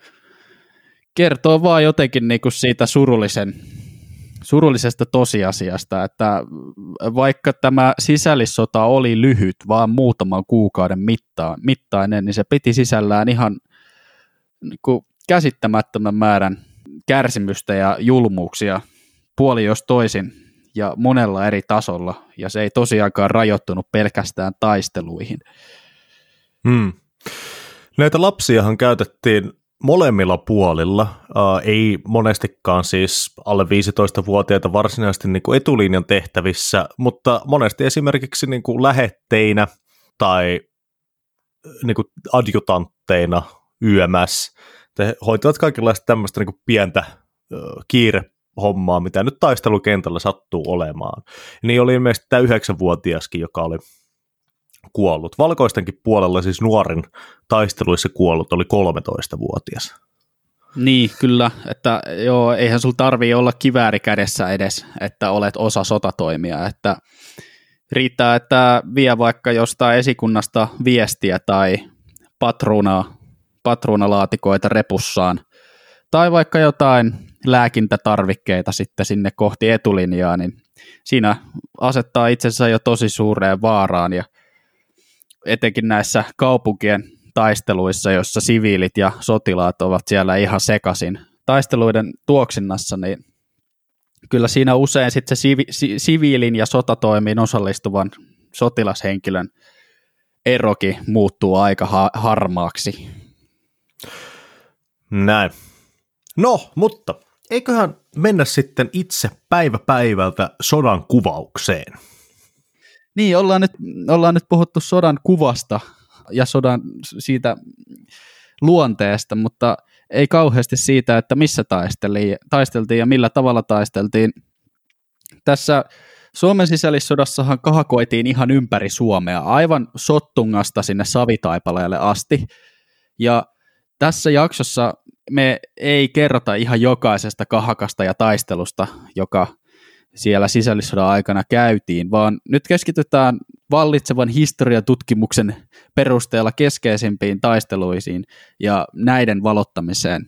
kertoo vaan jotenkin niin kuin siitä surullisen, surullisesta tosiasiasta, että vaikka tämä sisällissota oli lyhyt, vaan muutaman kuukauden mittaan, mittainen, niin se piti sisällään ihan niin kuin käsittämättömän määrän kärsimystä ja julmuuksia puoli jos toisin ja monella eri tasolla, ja se ei tosiaankaan rajoittunut pelkästään taisteluihin. Hmm. Näitä lapsiahan käytettiin molemmilla puolilla, uh, ei monestikaan siis alle viisitoistavuotiaita varsinaisesti niin kuin etulinjan tehtävissä, mutta monesti esimerkiksi niin kuin lähetteinä tai niin kuin adjutantteina Y M S. He hoitivat kaikenlaista tämmöistä niin kuin pientä uh, kiirehommaa, mitä nyt taistelukentällä sattuu olemaan. Niin oli ilmeisesti tämä yhdeksänvuotiaskin, joka oli kuollut. Valkoistenkin puolella siis nuorin taisteluissa kuollut oli kolmetoistavuotias. Niin, kyllä, että joo, eihän sulla tarvii olla kivääri kädessä edes, että olet osa sotatoimia, että riittää, että vie vaikka jostain esikunnasta viestiä tai patruunaa, patruunalaatikoita repussaan, tai vaikka jotain lääkintätarvikkeita sitten sinne kohti etulinjaa, niin siinä asettaa itsensä jo tosi suureen vaaraan, ja etenkin näissä kaupunkien taisteluissa, joissa siviilit ja sotilaat ovat siellä ihan sekaisin taisteluiden tuoksinnassa, niin kyllä siinä usein sitten se sivi, si, siviilin ja sotatoimiin osallistuvan sotilashenkilön erokin muuttuu aika ha, harmaaksi. Näin. No, mutta eiköhän mennä sitten itse päivä päivältä sodan kuvaukseen. Niin, ollaan nyt, ollaan nyt puhuttu sodan kuvasta ja sodan siitä luonteesta, mutta ei kauheasti siitä, että missä taisteltiin ja millä tavalla taisteltiin. Tässä Suomen sisällissodassahan kahakoitiin ihan ympäri Suomea, aivan Sottungasta sinne Savitaipaleelle asti, ja tässä jaksossa me ei kerrota ihan jokaisesta kahakasta ja taistelusta, joka siellä sisällissodan aikana käytiin, vaan nyt keskitytään vallitsevan historiatutkimuksen perusteella keskeisimpiin taisteluisiin ja näiden valottamiseen.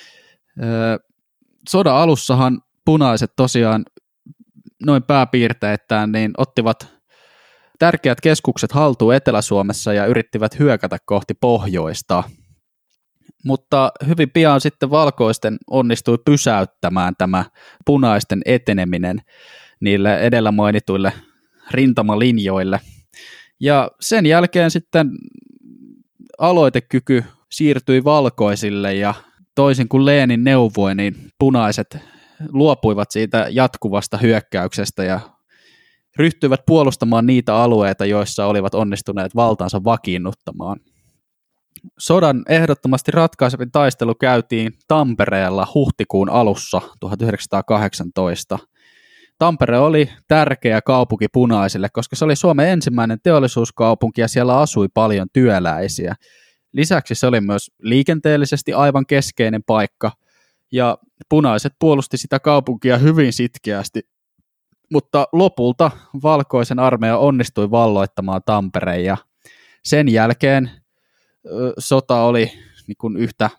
Sodan alussahan punaiset tosiaan noin pääpiirteittäin niin ottivat tärkeät keskukset haltuun Etelä-Suomessa ja yrittivät hyökätä kohti pohjoista. Mutta hyvin pian sitten valkoisten onnistui pysäyttämään tämä punaisten eteneminen niille edellä mainituille rintamalinjoille. Ja sen jälkeen sitten aloitekyky siirtyi valkoisille ja toisin kuin Lenin neuvoi, niin punaiset luopuivat siitä jatkuvasta hyökkäyksestä ja ryhtyivät puolustamaan niitä alueita, joissa olivat onnistuneet valtaansa vakiinnuttamaan. Sodan ehdottomasti ratkaisevin taistelu käytiin Tampereella huhtikuun alussa tuhatyhdeksänsataakahdeksantoista. Tampere oli tärkeä kaupunki punaisille, koska se oli Suomen ensimmäinen teollisuuskaupunki ja siellä asui paljon työläisiä. Lisäksi se oli myös liikenteellisesti aivan keskeinen paikka ja punaiset puolusti sitä kaupunkia hyvin sitkeästi, mutta lopulta valkoisen armeija onnistui valloittamaan Tampereen ja sen jälkeen sota oli niin kuin yhtä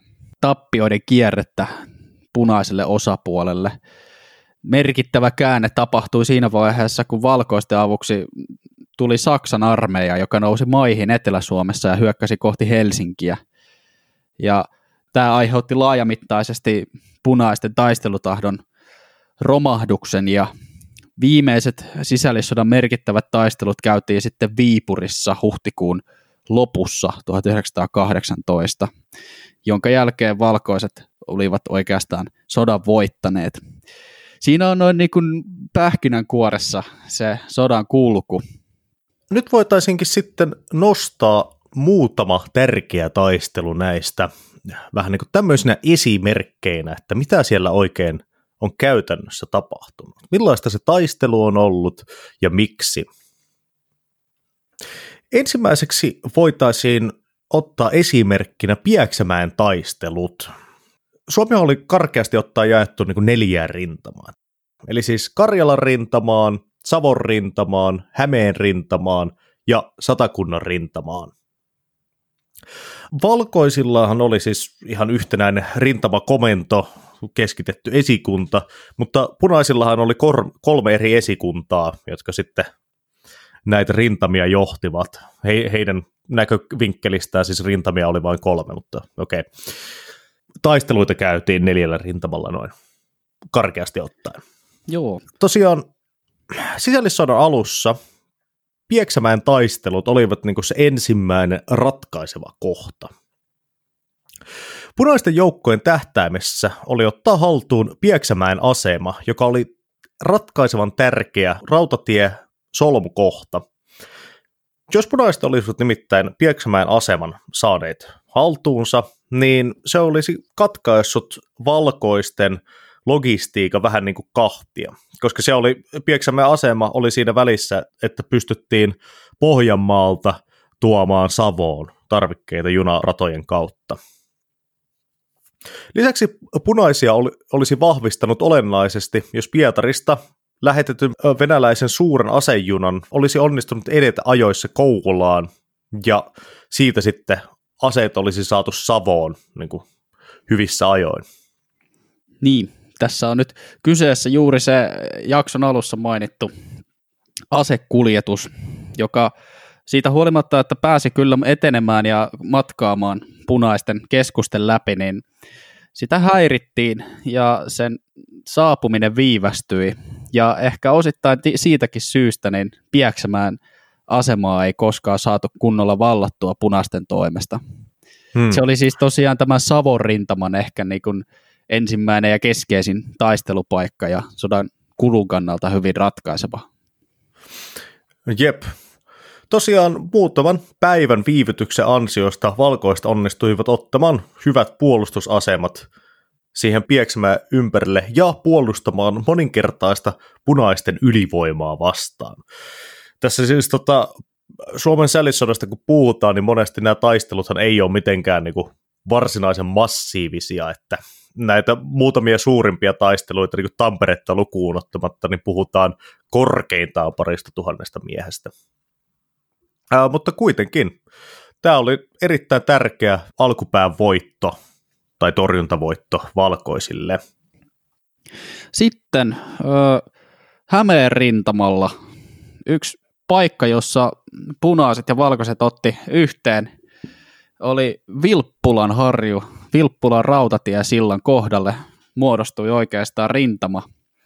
tappioiden kierrettä punaiselle osapuolelle. Merkittävä käänne tapahtui siinä vaiheessa, kun valkoisten avuksi tuli Saksan armeija, joka nousi maihin Etelä-Suomessa ja hyökkäsi kohti Helsinkiä. Ja tämä aiheutti laajamittaisesti punaisten taistelutahdon romahduksen, ja viimeiset sisällissodan merkittävät taistelut käytiin sitten Viipurissa huhtikuun lopussa tuhatyhdeksänsataakahdeksantoista, jonka jälkeen valkoiset olivat oikeastaan sodan voittaneet. Siinä on noin niin kuin pähkinänkuoressa se sodan kulku. Nyt voitaisinkin sitten nostaa muutama tärkeä taistelu näistä vähän niin kuin tämmöisenä esimerkkeinä, että mitä siellä oikein on käytännössä tapahtunut. Millaista se taistelu on ollut ja miksi? Ensimmäiseksi voitaisiin ottaa esimerkkinä Pieksämäen taistelut. Suomi oli karkeasti ottaa jaettu niin kuin neljään rintamaan. Eli siis Karjalan rintamaan, Savon rintamaan, Hämeen rintamaan ja Satakunnan rintamaan. Valkoisillahan oli siis ihan yhtenäinen rintamakomento, keskitetty esikunta, mutta punaisillahan oli kor- kolme eri esikuntaa, jotka sitten näitä rintamia johtivat. He- heidän näkövinkkelistään siis rintamia oli vain kolme, mutta okei. Okay. Taisteluita käytiin neljällä rintamalla noin karkeasti ottaen. Joo. Tosiaan sisällissodan alussa Pieksämäen taistelut olivat niin kuin se ensimmäinen ratkaiseva kohta. Punaisten joukkojen tähtäimessä oli ottaa haltuun Pieksämäen asema, joka oli ratkaisevan tärkeä rautatie-solmukohta. Jos punaiset olisivat nimittäin Pieksämäen aseman saaneet haltuunsa, niin se olisi katkaissut valkoisten logistiikan vähän niin kuin kahtia, koska se oli, Pieksämäen asema oli siinä välissä, että pystyttiin Pohjanmaalta tuomaan Savoon tarvikkeita junaratojen kautta. Lisäksi punaisia oli, olisi vahvistanut olennaisesti, jos Pietarista lähetetyn venäläisen suuren asejunan olisi onnistunut edetä ajoissa Kouvolaan, ja siitä sitten aseet olisi saatu Savoon niin kuin hyvissä ajoin. Niin, tässä on nyt kyseessä juuri se jakson alussa mainittu asekuljetus, joka siitä huolimatta, että pääsi kyllä etenemään ja matkaamaan punaisten keskusten läpi, niin sitä häirittiin ja sen saapuminen viivästyi. Ja ehkä osittain siitäkin syystä niin Pieksämäen asemaa ei koskaan saatu kunnolla vallattua punaisten toimesta. Hmm. Se oli siis tosiaan tämän Savon rintaman ehkä niin kuin ensimmäinen ja keskeisin taistelupaikka ja sodan kulun kannalta hyvin ratkaiseva. Jep. Tosiaan muutaman päivän viivytyksen ansiosta valkoiset onnistuivat ottamaan hyvät puolustusasemat siihen Pieksämäen ympärille ja puolustamaan moninkertaista punaisten ylivoimaa vastaan. Tässä siis tota, Suomen sällissodasta kun puhutaan, niin monesti nämä taisteluthan ei ole mitenkään niin kuin varsinaisen massiivisia, että näitä muutamia suurimpia taisteluita, niin kuin Tamperetta lukuun ottamatta, niin puhutaan korkeintaan parista tuhannesta miehestä. Ää, mutta kuitenkin, tämä oli erittäin tärkeä alkupään voitto tai torjuntavoitto valkoisille. Sitten ö, Hämeen rintamalla yksi paikka, jossa punaiset ja valkoiset otti yhteen, oli Vilppulan harju. Vilppulan rautatiesillan kohdalle muodostui oikeastaan rintama.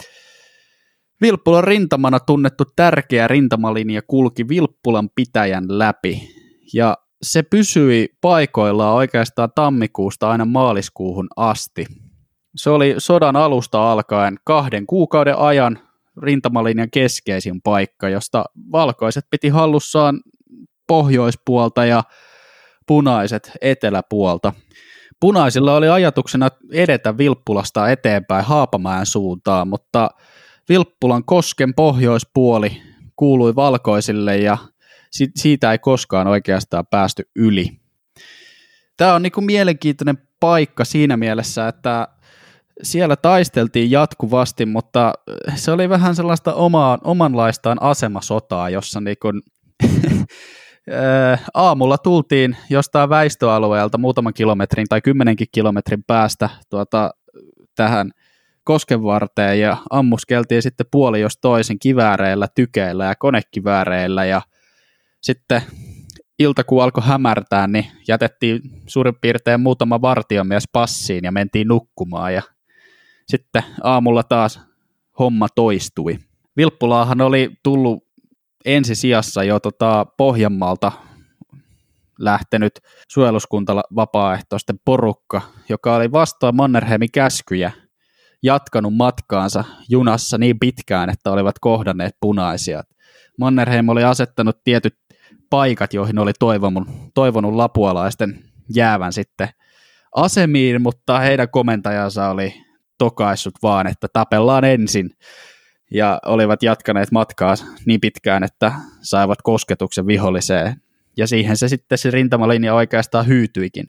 Vilppulan rintamana tunnettu tärkeä rintamalinja kulki Vilppulan pitäjän läpi, ja se pysyi paikoillaan oikeastaan tammikuusta aina maaliskuuhun asti. Se oli sodan alusta alkaen kahden kuukauden ajan rintamalinjan keskeisin paikka, josta valkoiset piti hallussaan pohjoispuolta ja punaiset eteläpuolta. Punaisilla oli ajatuksena edetä Vilppulasta eteenpäin Haapamäen suuntaan, mutta Vilppulan kosken pohjoispuoli kuului valkoisille ja siitä ei koskaan oikeastaan päästy yli. Tämä on niin kuin mielenkiintoinen paikka siinä mielessä, että siellä taisteltiin jatkuvasti, mutta se oli vähän sellaista omaa, omanlaistaan asemasotaa, jossa niin kuin Ää, aamulla tultiin jostain väistöalueelta muutaman kilometrin tai kymmenenkin kilometrin päästä tuota, tähän koskenvarteen ja ammuskeltiin sitten puoli jos toisen kivääreillä, tykeillä ja konekivääreillä ja sitten ilta kun alkoi hämärtää, niin jätettiin suurin piirtein muutama vartiomies passiin ja mentiin nukkumaan ja sitten aamulla taas homma toistui. Vilppulaahan oli tullut ensisijassa jo tota Pohjanmaalta lähtenyt suojeluskunta vapaaehtoisten porukka, joka oli vastaan Mannerheimin käskyjä jatkanut matkaansa junassa niin pitkään, että olivat kohdanneet punaisia. Mannerheim oli asettanut tietyt paikat, joihin oli toivonut, toivonut lapualaisten jäävän sitten asemiin, mutta heidän komentajansa oli tokaissut vaan, että tapellaan ensin, ja olivat jatkaneet matkaa niin pitkään, että saivat kosketuksen viholliseen, ja siihen se sitten se rintamalinja oikeastaan hyytyikin.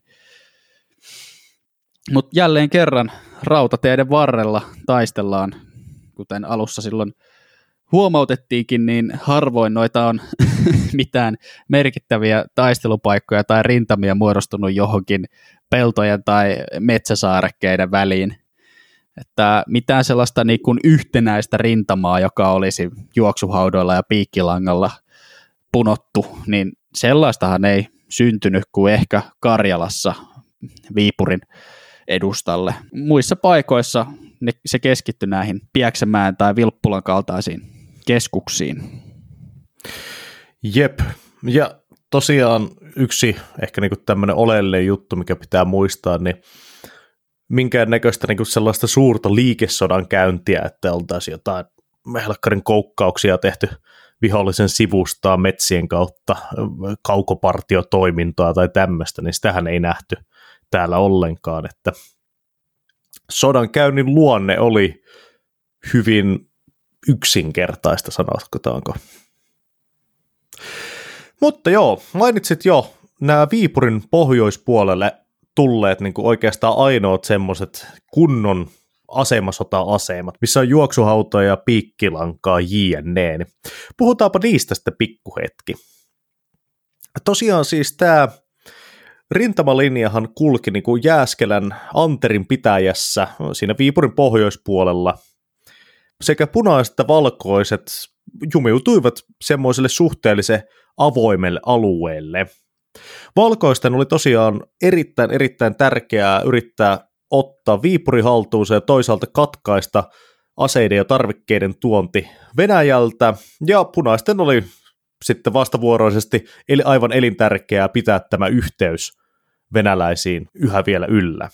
Mutta jälleen kerran rautateiden varrella taistellaan, kuten alussa silloin huomautettiinkin, niin harvoin noita on mitään merkittäviä taistelupaikkoja tai rintamia muodostunut johonkin peltojen tai metsäsaarekkeiden väliin. Että mitään sellaista niin kuin yhtenäistä rintamaa, joka olisi juoksuhaudoilla ja piikkilangalla punottu, niin sellaistahan ei syntynyt kuin ehkä Karjalassa Viipurin edustalle. Muissa paikoissa ne, se keskittyi näihin Pieksämäen tai Vilppulan kaltaisiin keskuksiin. Jep, ja tosiaan yksi ehkä niinku tämmöinen oleellinen juttu, mikä pitää muistaa, niin minkään näköistä niinku sellaista suurta liikesodan käyntiä, että oltaisiin jotain helkkarin koukkauksia tehty vihollisen sivustaa metsien kautta, kaukopartiotoimintaa tai tämmöistä, niin sitähän ei nähty täällä ollenkaan, että sodankäynnin luonne oli hyvin yksinkertaista, sanotaanko. Mutta joo, mainitsit jo nämä Viipurin pohjoispuolelle tulleet niin kuin oikeastaan ainoat semmoiset kunnon asemasota-asemat, missä on juoksuhautoja ja piikkilankaa jne. Niin puhutaanpa niistä sitten pikkuhetki. Tosiaan siis tämä rintamalinjahan kulki niin kuin Jääskelän Anterin pitäjässä siinä Viipurin pohjoispuolella. Sekä punaiset että valkoiset jumiutuivat semmoiselle suhteellisen avoimelle alueelle. Valkoisten oli tosiaan erittäin erittäin tärkeää yrittää ottaa Viipuri haltuunsa ja toisaalta katkaista aseiden ja tarvikkeiden tuonti Venäjältä, ja punaisten oli sitten vastavuoroisesti eli aivan elintärkeää pitää tämä yhteys venäläisiin yhä vielä yllä.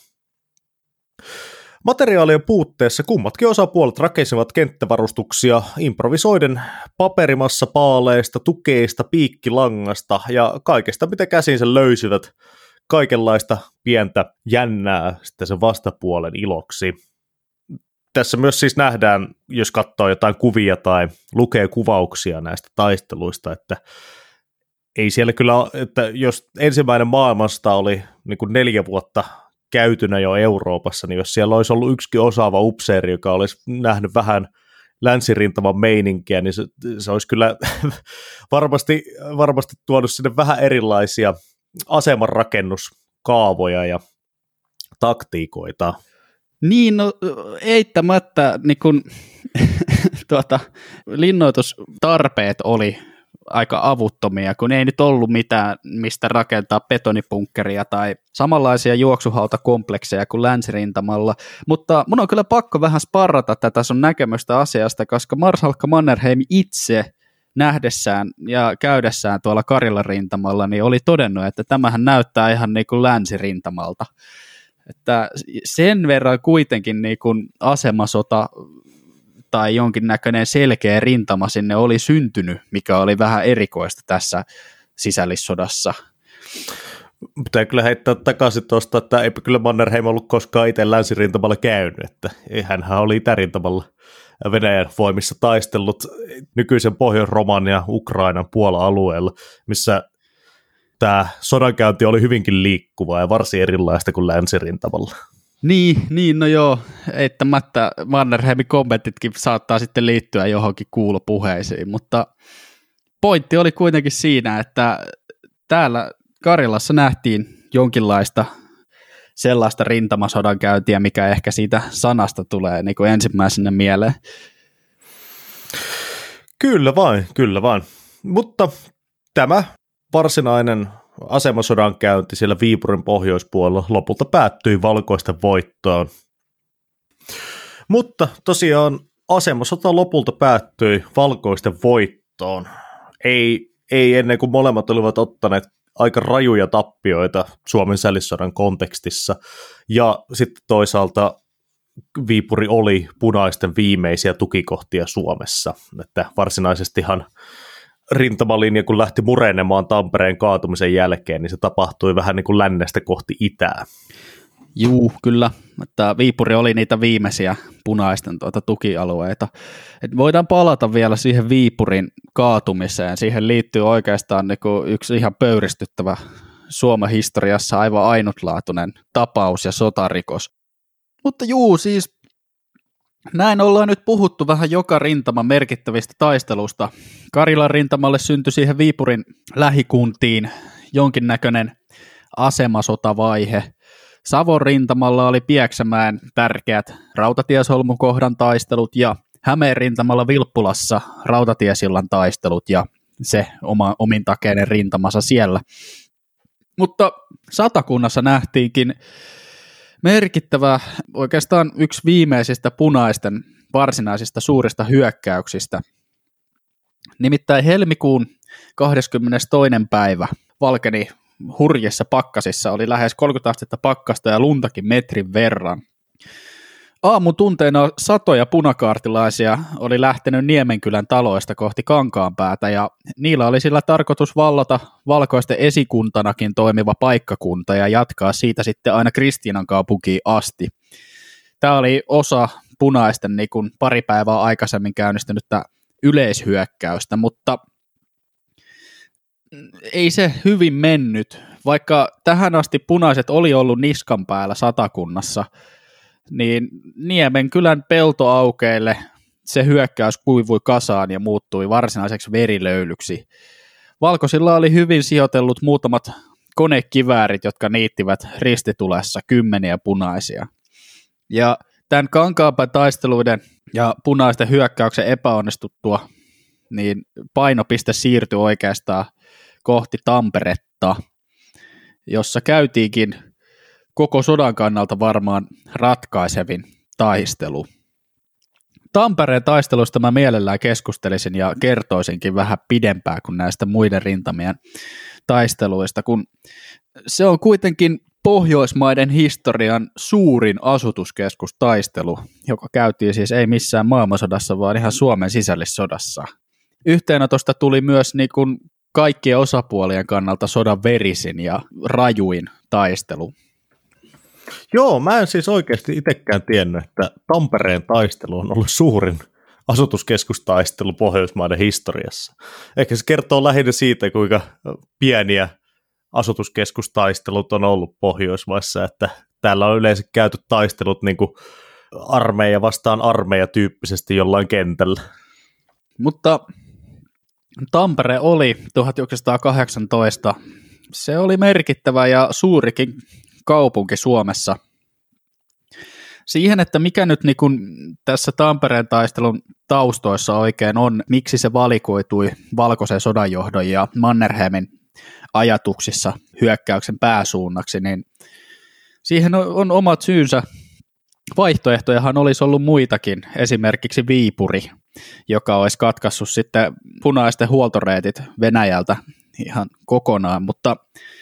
Materiaalien puutteessa kummatkin osapuolet rakensivat kenttävarustuksia improvisoiden paperimassa paaleista, tukeista, piikkilangasta ja kaikesta, mitä käsinsä löysivät, kaikenlaista pientä jännää sitten sen vastapuolen iloksi. Tässä myös siis nähdään, jos katsoo jotain kuvia tai lukee kuvauksia näistä taisteluista, että ei siellä kyllä, että jos ensimmäinen maailmasta oli niin kuin neljä vuotta käytynä jo Euroopassa, niin jos siellä olisi ollut yksikin osaava upseeri, joka olisi nähnyt vähän länsirintaman meininkiä, niin se, se olisi kyllä varmasti, varmasti tuonut sinne vähän erilaisia asemanrakennuskaavoja ja taktiikoita. Niin, no eittämättä niin kun, tuota, linnoitustarpeet oli aika avuttomia, kun ei nyt ollut mitään, mistä rakentaa betonipunkkeria tai samanlaisia juoksuhautakomplekseja kuin länsirintamalla, mutta mun on kyllä pakko vähän sparrata tätä sun näkemystä asiasta, koska Marsalkka Mannerheim itse nähdessään ja käydessään tuolla Karjalan rintamalla, niin oli todennut, että tämähän näyttää ihan niin kuin länsirintamalta. Että sen verran kuitenkin niin kuin asemasota tai jonkinnäköinen selkeä rintama sinne oli syntynyt, mikä oli vähän erikoista tässä sisällissodassa. Pitää kyllä heittää takaisin tuosta, että eipä kyllä Mannerheim ollut koskaan itse länsirintamalla käynyt, että hänhän oli itärintamalla Venäjän voimissa taistellut nykyisen Pohjois-Romanian ja Ukrainan Puola-alueella, missä tämä sodankäynti oli hyvinkin liikkuvaa ja varsin erilaista kuin länsirintamalla. Niin, niin, no joo, eittämättä Mannerheimin kommentitkin saattaa sitten liittyä johonkin kuulopuheisiin, mutta pointti oli kuitenkin siinä, että täällä Karjalassa nähtiin jonkinlaista sellaista rintamasodan käyntiä, mikä ehkä siitä sanasta tulee niin kuin ensimmäisenä mieleen. Kyllä vain, kyllä vain. Mutta tämä varsinainen asemasodan käynti siellä Viipurin pohjoispuolella lopulta päättyi valkoisten voittoon. Mutta tosiaan asemasota lopulta päättyi valkoisten voittoon. Ei, ei ennen kuin molemmat olivat ottaneet aika rajuja tappioita Suomen sällissodan kontekstissa. Ja sitten toisaalta Viipuri oli punaisten viimeisiä tukikohtia Suomessa. Että varsinaisestihan rintamalinja, kun lähti murenemaan Tampereen kaatumisen jälkeen, niin se tapahtui vähän niin kuin lännestä kohti itää. Juu, kyllä. Että Viipuri oli niitä viimeisiä punaisten tuota tukialueita. Et voidaan palata vielä siihen Viipurin kaatumiseen. Siihen liittyy oikeastaan niin kuin yksi ihan pöyristyttävä Suomen historiassa aivan ainutlaatuinen tapaus ja sotarikos. Mutta juu, siis näin ollaan nyt puhuttu vähän joka rintaman merkittävistä taistelusta. Karilan rintamalle syntyi siihen Viipurin lähikuntiin jonkinnäköinen asemasotavaihe. Savon rintamalla oli Pieksämäen tärkeät rautatiesolmukohdan taistelut ja Hämeen rintamalla Vilppulassa rautatiesillan taistelut ja se oma omintakeinen rintamansa siellä. Mutta Satakunnassa nähtiinkin merkittävä, oikeastaan yksi viimeisistä punaisten varsinaisista suurista hyökkäyksistä. Nimittäin helmikuun kahdeskymmenestoinen päivä valkeni hurjissa pakkasissa, oli lähes kolmekymmentä astetta pakkasta ja luntakin metrin verran. Aamutunteina satoja punakaartilaisia oli lähtenyt Niemenkylän taloista kohti Kankaanpäätä ja niillä oli sillä tarkoitus vallata valkoisten esikuntanakin toimiva paikkakunta ja jatkaa siitä sitten aina Kristiinankaupunkiin asti. Tämä oli osa punaisten niin kuin pari päivää aikaisemmin käynnistynyttä yleishyökkäystä, mutta ei se hyvin mennyt, vaikka tähän asti punaiset oli ollut niskan päällä Satakunnassa, niin Niemenkylän peltoaukeille se hyökkäys kuivui kasaan ja muuttui varsinaiseksi verilöylyksi. Valkoisilla oli hyvin sijoitellut muutamat konekiväärit, jotka niittivät ristitulessa kymmeniä punaisia. Ja tämän Kankaanpään taisteluiden ja punaisten hyökkäyksen epäonnistuttua, niin painopiste siirtyi oikeastaan kohti Tamperetta, jossa käytiinkin koko sodan kannalta varmaan ratkaisevin taistelu. Tampereen taistelusta mä mielellään keskustelisin ja kertoisinkin vähän pidempään kuin näistä muiden rintamien taisteluista, kun se on kuitenkin Pohjoismaiden historian suurin asutuskeskustaistelu, joka käytiin siis ei missään maailmansodassa, vaan ihan Suomen sisällissodassa. Yhteenotosta tuli myös niin kuin kaikkien osapuolien kannalta sodan verisin ja rajuin taistelu. Joo, mä en siis oikeasti itsekään tiennyt, että Tampereen taistelu on ollut suurin asutuskeskustaistelu Pohjoismaiden historiassa. Ehkä se kertoo lähinnä siitä, kuinka pieniä asutuskeskustaistelut on ollut Pohjoismaissa, että täällä on yleensä käyty taistelut niin kuin armeija vastaan armeija tyyppisesti jollain kentällä. Mutta Tampere oli tuhatyhdeksänsataakahdeksantoista, se oli merkittävä ja suurikin kaupunki Suomessa. Siihen, että mikä nyt niin kun tässä Tampereen taistelun taustoissa oikein on, miksi se valikoitui valkoisen sodanjohdon ja Mannerheimin ajatuksissa hyökkäyksen pääsuunnaksi, niin siihen on, on omat syynsä. Vaihtoehtojahan olisi ollut muitakin, esimerkiksi Viipuri, joka olisi katkaissut sitten punaisten huoltoreitit Venäjältä ihan kokonaan, mutta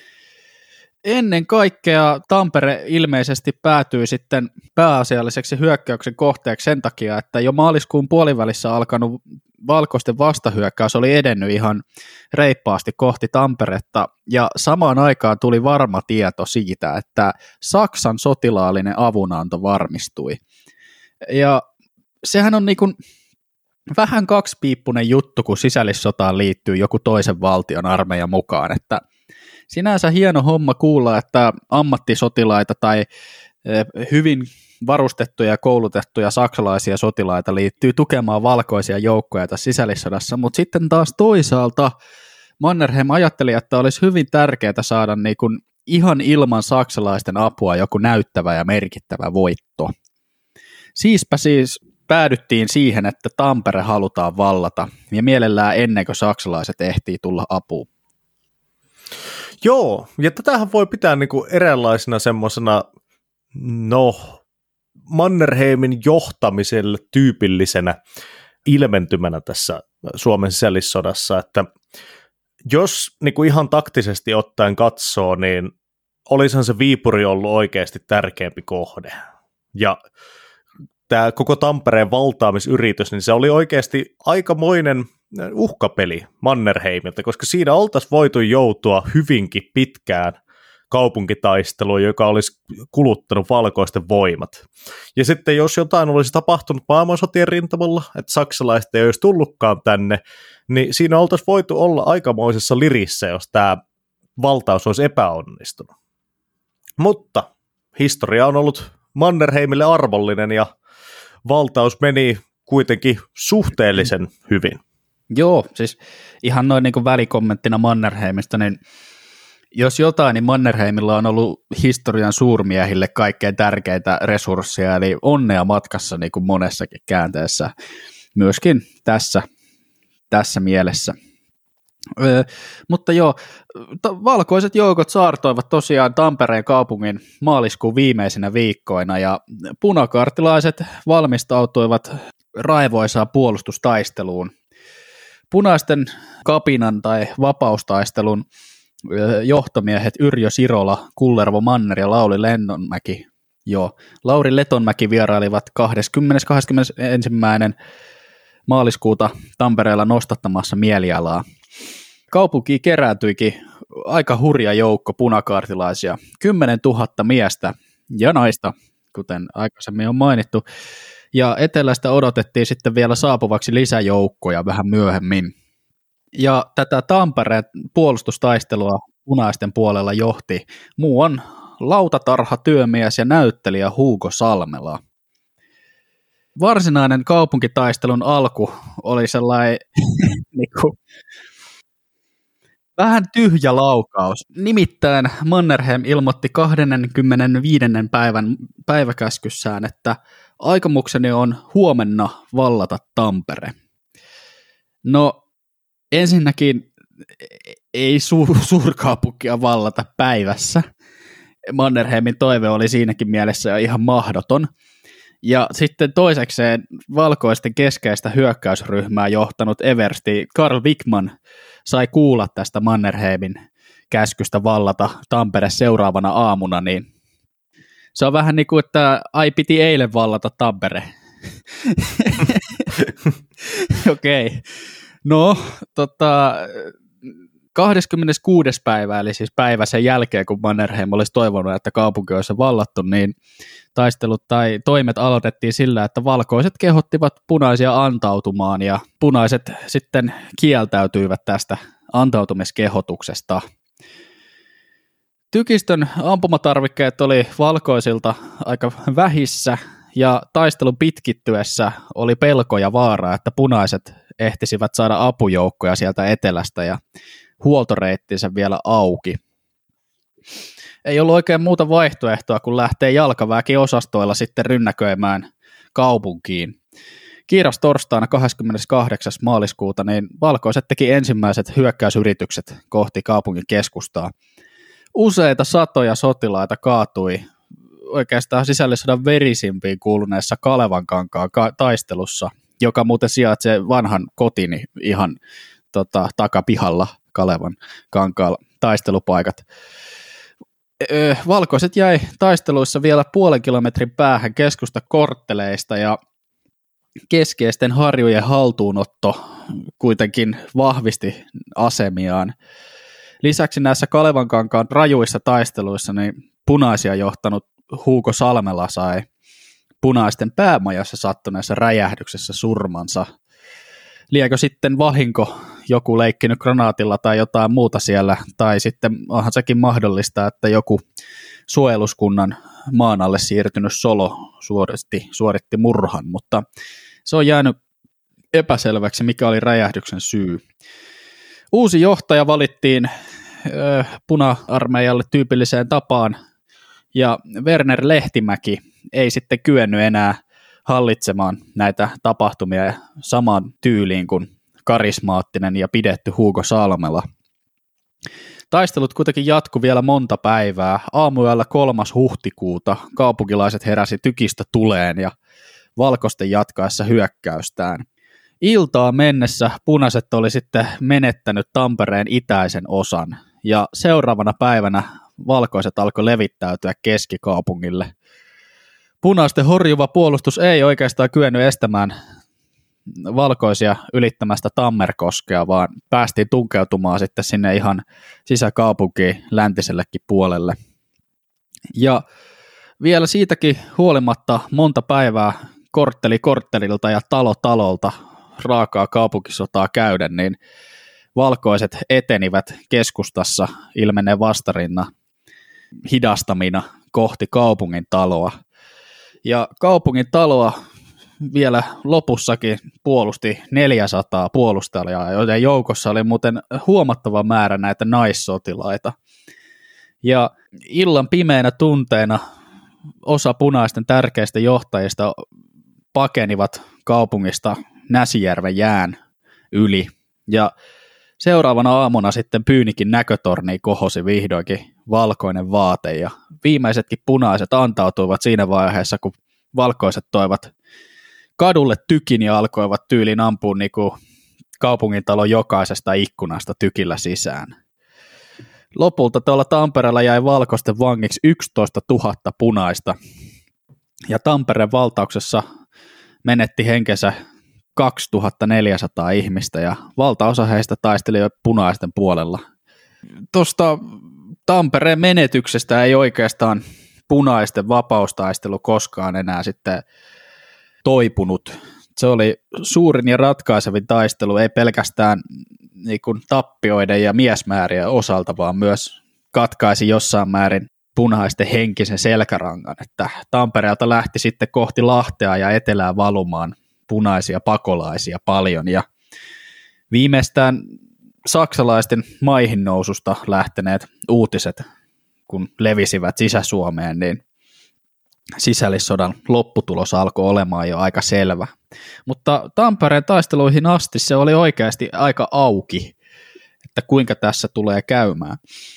ennen kaikkea Tampere ilmeisesti päätyi sitten pääasialliseksi hyökkäyksen kohteeksi sen takia, että jo maaliskuun puolivälissä alkanut valkoisten vastahyökkäys oli edennyt ihan reippaasti kohti Tamperetta, ja samaan aikaan tuli varma tieto siitä, että Saksan sotilaallinen avunanto varmistui. Ja sehän on niin kuin vähän kaksipiippunen juttu, kun sisällissotaan liittyy joku toisen valtion armeijan mukaan, että sinänsä hieno homma kuulla, että ammattisotilaita tai hyvin varustettuja ja koulutettuja saksalaisia sotilaita liittyy tukemaan valkoisia joukkoja tässä sisällissodassa, mutta sitten taas toisaalta Mannerheim ajatteli, että olisi hyvin tärkeää saada niin kuin ihan ilman saksalaisten apua joku näyttävä ja merkittävä voitto. Siispä siis päädyttiin siihen, että Tampere halutaan vallata, ja mielellään ennen kuin saksalaiset ehtii tulla apuun. Joo, ja tätähän voi pitää niinku eräänlaisena semmoisena, no, Mannerheimin johtamiselle tyypillisenä ilmentymänä tässä Suomen sisällissodassa, että jos niinku ihan taktisesti ottaen katsoo, niin olisihan se Viipuri ollut oikeasti tärkeämpi kohde. Ja tämä koko Tampereen valtaamisyritys, niin se oli oikeasti aikamoinen uhkapeli Mannerheimilta, koska siinä oltaisiin voitu joutua hyvinkin pitkään kaupunkitaisteluun, joka olisi kuluttanut valkoisten voimat. Ja sitten jos jotain olisi tapahtunut maailmansotien rintamalla, että saksalaiset ei olisi tullutkaan tänne, niin siinä oltaisiin voitu olla aikamoisessa lirissä, jos tämä valtaus olisi epäonnistunut. Mutta historia on ollut Mannerheimille arvollinen ja valtaus meni kuitenkin suhteellisen hyvin. Joo, siis ihan noin niin kuin välikommenttina Mannerheimista, niin jos jotain, niin Mannerheimilla on ollut historian suurmiehille kaikkein tärkeitä resursseja, eli onnea matkassa niin kuin monessakin käänteessä, myöskin tässä, tässä mielessä. Öö, mutta joo, to, valkoiset joukot saartoivat tosiaan Tampereen kaupungin maaliskuun viimeisinä viikkoina, ja punakaartilaiset valmistautuivat raivoisaan puolustustaisteluun. Punaisten kapinan tai vapaustaistelun johtomiehet Yrjö Sirola, Kullervo Manner ja Lauri Letonmäki, joo, Lauri Letonmäki vierailivat kahdeskymmenes kahdeskymmenesensimmäinen maaliskuuta Tampereella nostattamassa mielialaa. Kaupunkiin kerääntyikin aika hurja joukko punakaartilaisia, kymmenen tuhatta miestä ja naista, kuten aikaisemmin on mainittu, ja etelästä odotettiin sitten vielä saapuvaksi lisäjoukkoja vähän myöhemmin. Ja tätä Tampereen puolustustaistelua punaisten puolella johti muuan lautatarhatyömies ja näyttelijä Hugo Salmela. Varsinainen kaupunkitaistelun alku oli sellainen niin kuin, vähän tyhjä laukaus. Nimittäin Mannerheim ilmoitti kahdeskymmenesviides päivän päiväkäskyssään, että aikomukseni on huomenna vallata Tampere. No ensinnäkin ei su- suurkaupunkia vallata päivässä. Mannerheimin toive oli siinäkin mielessä jo ihan mahdoton. Ja sitten toisekseen valkoisten keskeistä hyökkäysryhmää johtanut eversti Karl Wickman sai kuulla tästä Mannerheimin käskystä vallata Tampere seuraavana aamuna, niin se on vähän niin kuin, että ai piti eilen vallata Tampere. Okei. Okay. No, tota, kahdeskymmeneskuudes päivä, eli siis päivä sen jälkeen, kun Mannerheim olisi toivonut, että kaupunki olisi vallattu, niin taistelut tai toimet aloitettiin sillä, että valkoiset kehottivat punaisia antautumaan, ja punaiset sitten kieltäytyivät tästä antautumiskehotuksesta. Tykistön ampumatarvikkeet oli valkoisilta aika vähissä, ja taistelun pitkittyessä oli pelko ja vaara, että punaiset ehtisivät saada apujoukkoja sieltä etelästä ja huoltoreittinsä vielä auki. Ei ollut oikein muuta vaihtoehtoa, kun lähtee jalkaväkiosastoilla sitten rynnäköimään kaupunkiin. Kiiras torstaina kahdeskymmeneskahdeksas maaliskuuta niin valkoiset teki ensimmäiset hyökkäysyritykset kohti kaupungin keskustaa. Useita satoja sotilaita kaatui oikeastaan sisällissodan verisimpiin kuuluneessa Kalevankankaan ka- taistelussa, joka muuten sijaitsee vanhan kotini ihan tota, takapihalla Kalevan kankaalla taistelupaikat. Öö, valkoiset jäi taisteluissa vielä puolen kilometrin päähän keskusta kortteleista ja keskeisten harjujen haltuunotto kuitenkin vahvisti asemiaan. Lisäksi näissä Kalevankankaan rajuissa taisteluissa niin punaisia johtanut Hugo Salmela sai punaisten päämajassa sattuneessa räjähdyksessä surmansa. Liekö sitten vahinko joku leikkinyt granaatilla tai jotain muuta siellä, tai sitten onhan sekin mahdollista, että joku suojeluskunnan maan alle siirtynyt solo suoritti, suoritti murhan, mutta se on jäänyt epäselväksi, mikä oli räjähdyksen syy. Uusi johtaja valittiin ö, puna-armeijalle tyypilliseen tapaan, ja Werner Lehtimäki ei sitten kyennyt enää hallitsemaan näitä tapahtumia samaan tyyliin kuin karismaattinen ja pidetty Hugo Salmela. Taistelut kuitenkin jatku vielä monta päivää. Aamuyöllä kolmas huhtikuuta kaupunkilaiset heräsi tykistä tuleen ja valkoisten jatkaessa hyökkäystään. Iltaa mennessä punaiset oli sitten menettänyt Tampereen itäisen osan, ja seuraavana päivänä valkoiset alkoi levittäytyä keskikaupungille. Punaisten horjuva puolustus ei oikeastaan kyennyt estämään valkoisia ylittämästä Tammerkoskea, vaan päästiin tunkeutumaan sitten sinne ihan sisäkaupunkiin läntisellekin puolelle. Ja vielä siitäkin huolimatta monta päivää kortteli korttelilta ja talo talolta raakaa kaupunkisotaa käyden, niin valkoiset etenivät keskustassa ilmeneen vastarinna hidastamina kohti kaupungin taloa. Ja kaupungin taloa vielä lopussakin puolusti neljäsataa puolustajaa, joiden joukossa oli muuten huomattava määrä näitä naissotilaita. Ja illan pimeänä tunteina osa punaisten tärkeistä johtajista pakenivat kaupungista Näsijärven jään yli. Ja seuraavana aamuna sitten Pyynikin näkötorniin kohosi vihdoinkin valkoinen vaate, ja viimeisetkin punaiset antautuivat siinä vaiheessa, kun valkoiset toivat kadulle tykin ja alkoivat tyyliin ampua niin kuin kaupungintalon jokaisesta ikkunasta tykillä sisään. Lopulta tuolla Tampereella jäi valkoisten vangiksi yksitoista tuhatta punaista, ja Tampereen valtauksessa menetti henkensä kaksituhattaneljäsataa ihmistä, ja valtaosa heistä taisteli jo punaisten puolella. Tuosta Tampereen menetyksestä ei oikeastaan punaisten vapaustaistelu koskaan enää sitten toipunut. Se oli suurin ja ratkaisevin taistelu, ei pelkästään niin kuin tappioiden ja miesmäärien osalta, vaan myös katkaisi jossain määrin punaisten henkisen selkärangan, että Tampereelta lähti sitten kohti Lahtea ja etelää valumaan punaisia pakolaisia paljon, ja viimeistään saksalaisten maihin noususta lähteneet uutiset, kun levisivät Sisä-Suomeen, niin sisällissodan lopputulos alkoi olemaan jo aika selvä. Mutta Tampereen taisteluihin asti se oli oikeasti aika auki, että kuinka tässä tulee käymään.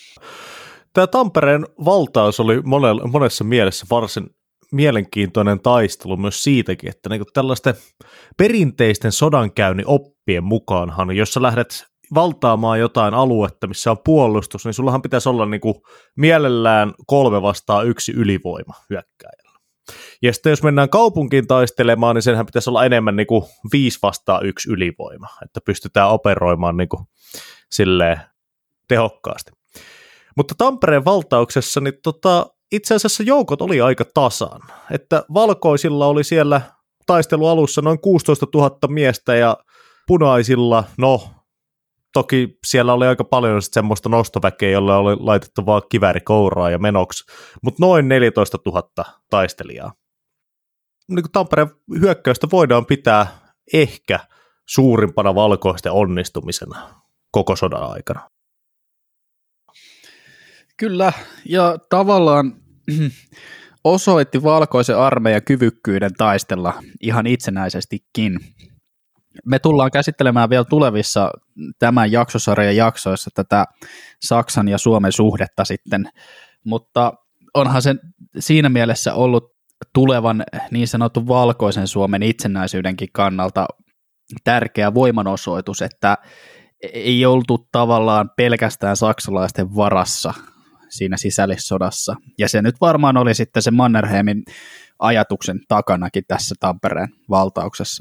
Tämä Tampereen valtaus oli monessa mielessä varsin mielenkiintoinen taistelu myös siitäkin, että niin tällaisten perinteisten sodankäynnin oppien mukaanhan, jos sä lähdet valtaamaan jotain aluetta, missä on puolustus, niin sullahan pitäisi olla niin kuin mielellään kolme vastaan yksi ylivoima hyökkääjällä. Ja sitten jos mennään kaupunkiin taistelemaan, niin senhän pitäisi olla enemmän niin kuin viisi vastaan yksi ylivoima, että pystytään operoimaan niin kuin silleen tehokkaasti. Mutta Tampereen valtauksessa niin tota, itse asiassa joukot oli aika tasan, että valkoisilla oli siellä taistelualussa noin kuusitoista tuhatta miestä ja punaisilla, no toki siellä oli aika paljon semmoista nostoväkeä, jolla oli laitettu vaan kivääri kouraa ja menoksi, mutta noin neljätoista tuhatta taistelijaa. Niin kuin Tampereen hyökkäystä voidaan pitää ehkä suurimpana valkoisten onnistumisena koko sodan aikana. Kyllä, ja tavallaan osoitti valkoisen armeijan kyvykkyyden taistella ihan itsenäisestikin. Me tullaan käsittelemään vielä tulevissa tämän jaksosarjan jaksoissa tätä Saksan ja Suomen suhdetta sitten, mutta onhan se siinä mielessä ollut tulevan niin sanotun valkoisen Suomen itsenäisyydenkin kannalta tärkeä voimanosoitus, että ei oltu tavallaan pelkästään saksalaisten varassa siinä sisällissodassa. Ja se nyt varmaan oli sitten se Mannerheimin ajatuksen takanakin tässä Tampereen valtauksessa.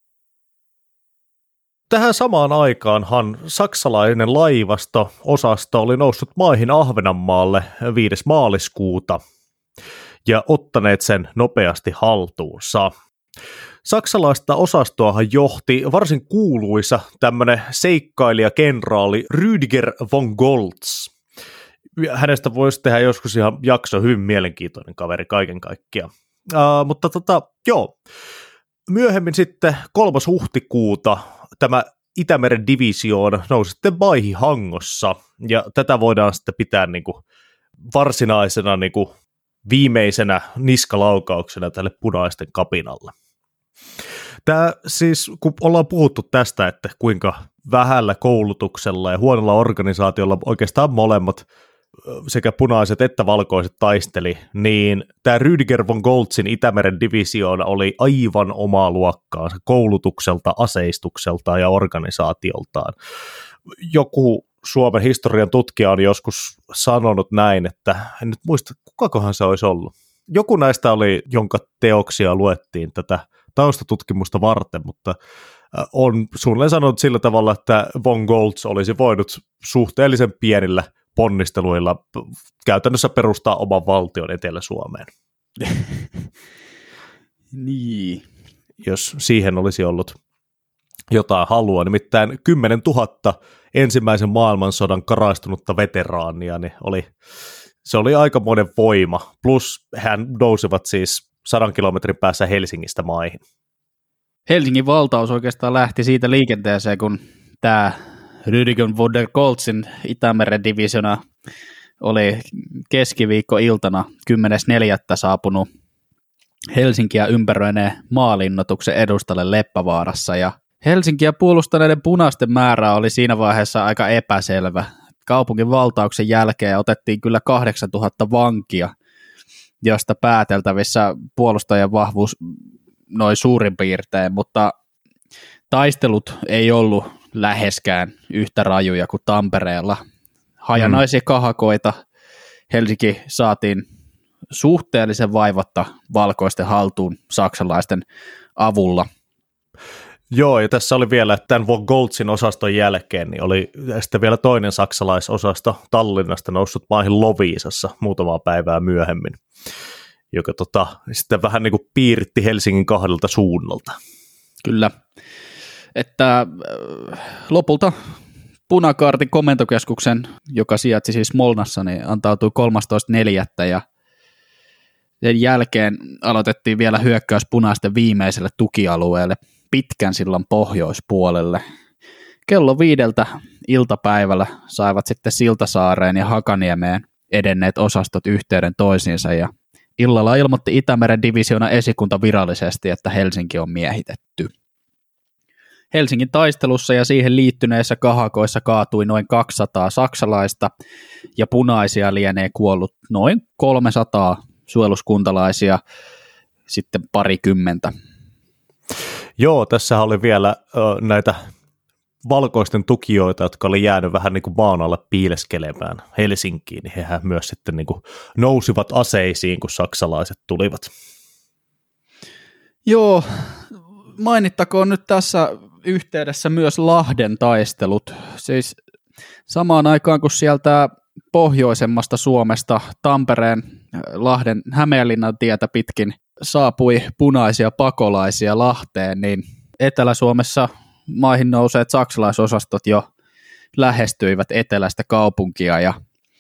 Tähän samaan aikaanhan saksalainen laivasto-osasto oli noussut maihin Ahvenanmaalle viides maaliskuuta ja ottaneet sen nopeasti haltuunsa. Saksalaista osastoahan johti varsin kuuluisa tämmöinen seikkailija-kenraali Rüdiger von Goltz. Hänestä voisi tehdä joskus ihan jakso, hyvin mielenkiintoinen kaveri kaiken kaikkiaan. Uh, mutta tota, joo, myöhemmin sitten kolmas huhtikuuta tämä Itämeren divisioona nousi sitten Vaihihangossa, ja tätä voidaan sitten pitää niin kuin varsinaisena niin kuin viimeisenä niskalaukauksena tälle punaisten kapinalle. Tämä siis, kun ollaan puhuttu tästä, että kuinka vähällä koulutuksella ja huonolla organisaatiolla oikeastaan molemmat sekä punaiset että valkoiset taisteli, niin tämä Rüdiger von Goltzin Itämeren divisioona oli aivan omaa luokkaansa koulutukselta, aseistukseltaan ja organisaatioltaan. Joku Suomen historian tutkija on joskus sanonut näin, että en nyt muista, kukakohan se olisi ollut. Joku näistä oli, jonka teoksia luettiin tätä taustatutkimusta varten, mutta on suunnilleen sanonut sillä tavalla, että von Goltz olisi voinut suhteellisen pienillä ponnisteluilla käytännössä perustaa oman valtion Etelä-Suomeen. Niin. Jos siihen olisi ollut jotain halua, nimittäin kymmenen tuhatta ensimmäisen maailmansodan karaistunutta veteraania, niin oli, se oli aikamoinen voima, plus hän nousivat siis sadan kilometrin päässä Helsingistä maihin. Helsingin valtaus oikeastaan lähti siitä liikenteeseen, kun tämä Rüdiger von der Goltzin Itämeren divisiona oli keskiviikkoiltana kymmenes neljättä saapunut Helsinkiä ympäröineen maalinnoituksen edustalle Leppävaarassa, ja Helsinkiä puolustaneiden punaisten määrä oli siinä vaiheessa aika epäselvä. Kaupungin valtauksen jälkeen otettiin kyllä kahdeksantuhatta vankia, josta pääteltävissä puolustajien vahvuus noin suurin piirtein, mutta taistelut ei ollut läheskään yhtä rajuja kuin Tampereella. Hajanaisia mm. kahakoita Helsinki saatiin suhteellisen vaivatta valkoisten haltuun saksalaisten avulla. Joo, ja tässä oli vielä, että tämän von Goltzin osaston jälkeen niin oli sitten vielä toinen saksalaisosasto Tallinnasta noussut maihin Loviisassa muutamaa päivää myöhemmin, joka tota, sitten vähän niin kuin piiritti Helsingin kahdelta suunnalta. Kyllä, että lopulta Punakaartin komentokeskuksen, joka sijaitsi siis Smolnassa, niin antautui kolmastoista neljättä ja sen jälkeen aloitettiin vielä hyökkäys punaisten viimeiselle tukialueelle pitkän sillan pohjoispuolelle. Kello viideltä iltapäivällä saivat sitten Siltasaareen ja Hakaniemeen edenneet osastot yhteyden toisiinsa, ja illalla ilmoitti Itämeren divisioona esikunta virallisesti, että Helsinki on miehitetty. Helsingin taistelussa ja siihen liittyneissä kahakoissa kaatui noin kaksisataa saksalaista, ja punaisia lienee kuollut noin kolmesataa, suojeluskuntalaisia sitten parikymmentä. Joo, tässä oli vielä ö, näitä valkoisten tukijoita, jotka oli jäänyt vähän niin kuin maan alle piileskelemään Helsinkiin, niin hehän myös sitten niin kuin nousivat aseisiin, kun saksalaiset tulivat. Joo, mainittakoon nyt tässä yhteydessä myös Lahden taistelut. Siis samaan aikaan, kun sieltä pohjoisemmasta Suomesta Tampereen, Lahden, Hämeenlinnan tietä pitkin saapui punaisia pakolaisia Lahteen, niin Etelä-Suomessa maihin nousseet saksalaisosastot jo lähestyivät eteläistä kaupunkia, ja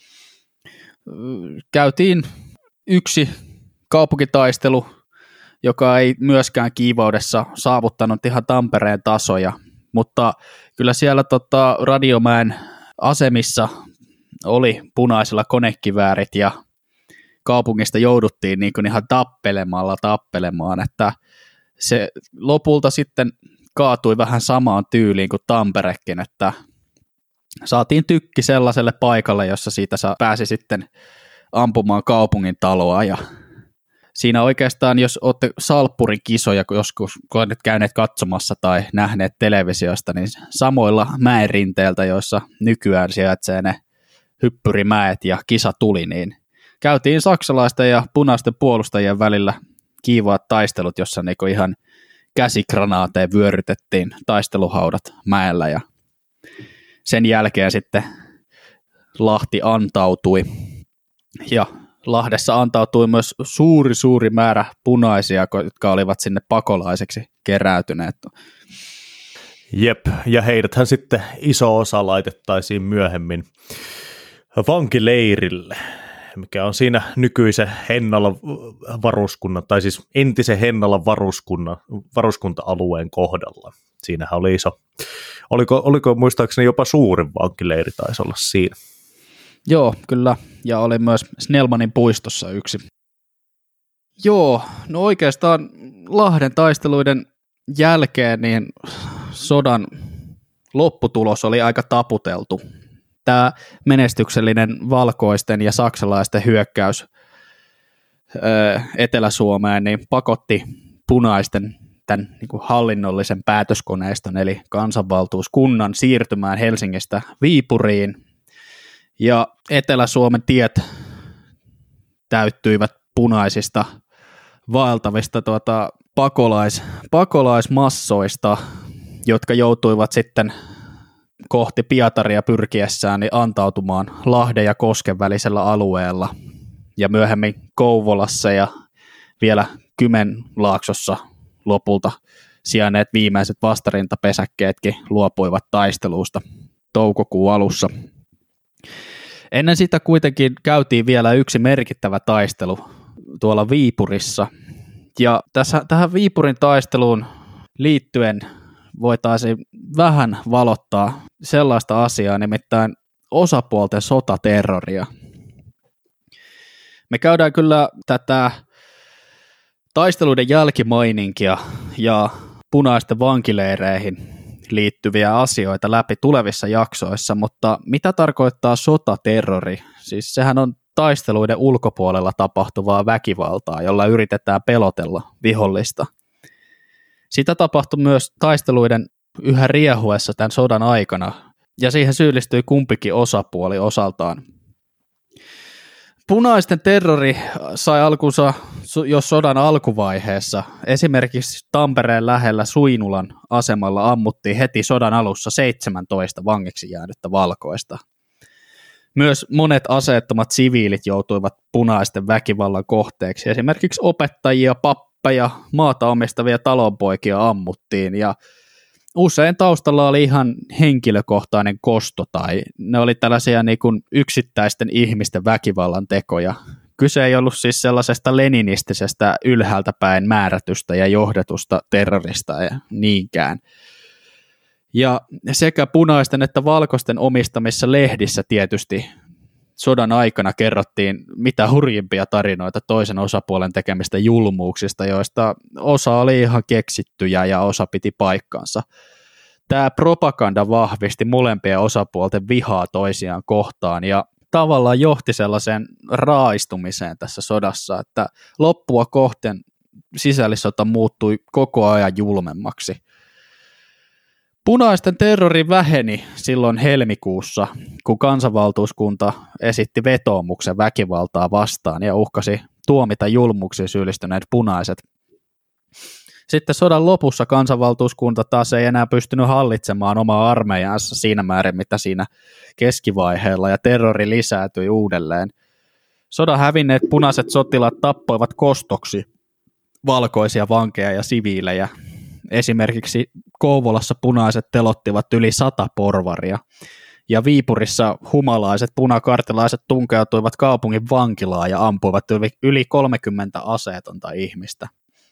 käytiin yksi kaupunkitaistelu, joka ei myöskään kiivaudessa saavuttanut ihan Tampereen tasoja, mutta kyllä siellä tota, Radiomäen asemissa oli punaisilla konekiväärit, ja kaupungista jouduttiin niin kuin ihan tappelemalla tappelemaan, että se lopulta sitten kaatui vähän samaan tyyliin kuin Tamperekin, että saatiin tykki sellaiselle paikalle, jossa siitä pääsi sitten ampumaan kaupungin taloa, ja siinä oikeastaan, jos olette Salppurin kisoja joskus olette käyneet katsomassa tai nähneet televisiosta, niin samoilla mäenrinteiltä, joissa nykyään sijaitsee ne hyppyrimäet ja kisa tuli, niin käytiin saksalaisten ja punaisten puolustajien välillä kiivaat taistelut, jossa niinku ihan käsikranaateja vyörytettiin taisteluhaudat mäellä, ja sen jälkeen sitten Lahti antautui, ja Lahdessa antautui myös suuri suuri määrä punaisia, jotka olivat sinne pakolaiseksi keräytyneet. Jep, ja heidäthän sitten iso osa laitettaisiin myöhemmin vankileirille, mikä on siinä nykyisen Hennalan varuskunnan, tai siis entisen Hennalan varuskunnan, varuskunta-alueen kohdalla. Siinähän oli iso Oliko, oliko muistaakseni jopa suurin vankileiri taisi olla siinä? Joo, kyllä. Ja oli myös Snellmanin puistossa yksi. Joo, no oikeastaan Lahden taisteluiden jälkeen niin sodan lopputulos oli aika taputeltu. Tämä menestyksellinen valkoisten ja saksalaisten hyökkäys öö, Etelä-Suomeen niin pakotti punaisten tämän niin kuin hallinnollisen päätöskoneiston eli kansanvaltuuskunnan siirtymään Helsingistä Viipuriin, ja Etelä-Suomen tiet täyttyivät punaisista vaeltavista tuota, pakolais, pakolaismassoista, jotka joutuivat sitten kohti Pietaria pyrkiessään niin antautumaan Lahden ja Kosken välisellä alueella, ja myöhemmin Kouvolassa ja vielä Kymenlaaksossa lopulta sijainneet viimeiset vastarintapesäkkeetkin luopuivat taistelusta toukokuun alussa. Ennen sitä kuitenkin käytiin vielä yksi merkittävä taistelu tuolla Viipurissa, ja tässä, tähän Viipurin taisteluun liittyen voitaisiin vähän valottaa sellaista asiaa, nimittäin osapuolten sotaterroria. Me käydään kyllä tätä taisteluiden jälkimaininkia ja punaisten vankileireihin liittyviä asioita läpi tulevissa jaksoissa, mutta mitä tarkoittaa sotaterrori? Siis sehän on taisteluiden ulkopuolella tapahtuvaa väkivaltaa, jolla yritetään pelotella vihollista. Sitä tapahtui myös taisteluiden yhä riehuessa tämän sodan aikana, ja siihen syyllistyi kumpikin osapuoli osaltaan. Punaisten terrori sai alkunsa jo sodan alkuvaiheessa. Esimerkiksi Tampereen lähellä Suinulan asemalla ammuttiin heti sodan alussa seitsemäntoista vangiksi jäänyttä valkoista. Myös monet aseettomat siviilit joutuivat punaisten väkivallan kohteeksi. Esimerkiksi opettajia, pappeja, maata omistavia talonpoikia ammuttiin, ja usein taustalla oli ihan henkilökohtainen kosto tai ne oli tällaisia niin kuin yksittäisten ihmisten väkivallan tekoja. Kyse ei ollut siis sellaisesta leninistisestä ylhäältä päin määrätystä ja johdetusta terrorista ja niinkään. Ja sekä punaisten että valkoisten omistamissa lehdissä tietysti sodan aikana kerrottiin mitä hurjimpia tarinoita toisen osapuolen tekemistä julmuuksista, joista osa oli ihan keksittyjä ja osa piti paikkansa. Tämä propaganda vahvisti molempien osapuolten vihaa toisiaan kohtaan ja tavallaan johti sellaiseen raaistumiseen tässä sodassa, että loppua kohten sisällissota muuttui koko ajan julmemmaksi. Punaisten terrori väheni silloin helmikuussa, kun kansanvaltuuskunta esitti vetoomuksen väkivaltaa vastaan ja uhkasi tuomita julmuuksiin syyllistyneet punaiset. Sitten sodan lopussa kansanvaltuuskunta taas ei enää pystynyt hallitsemaan omaa armeijansa siinä määrin, mitä siinä keskivaiheella, ja terrori lisääntyi uudelleen. Sodan hävinneet punaiset sotilaat tappoivat kostoksi valkoisia vankeja ja siviilejä. Esimerkiksi Kouvolassa punaiset telottivat yli sata porvaria, ja Viipurissa humalaiset punakartilaiset tunkeutuivat kaupungin vankilaan ja ampuivat yli, yli kolmekymmentä aseetonta ihmistä.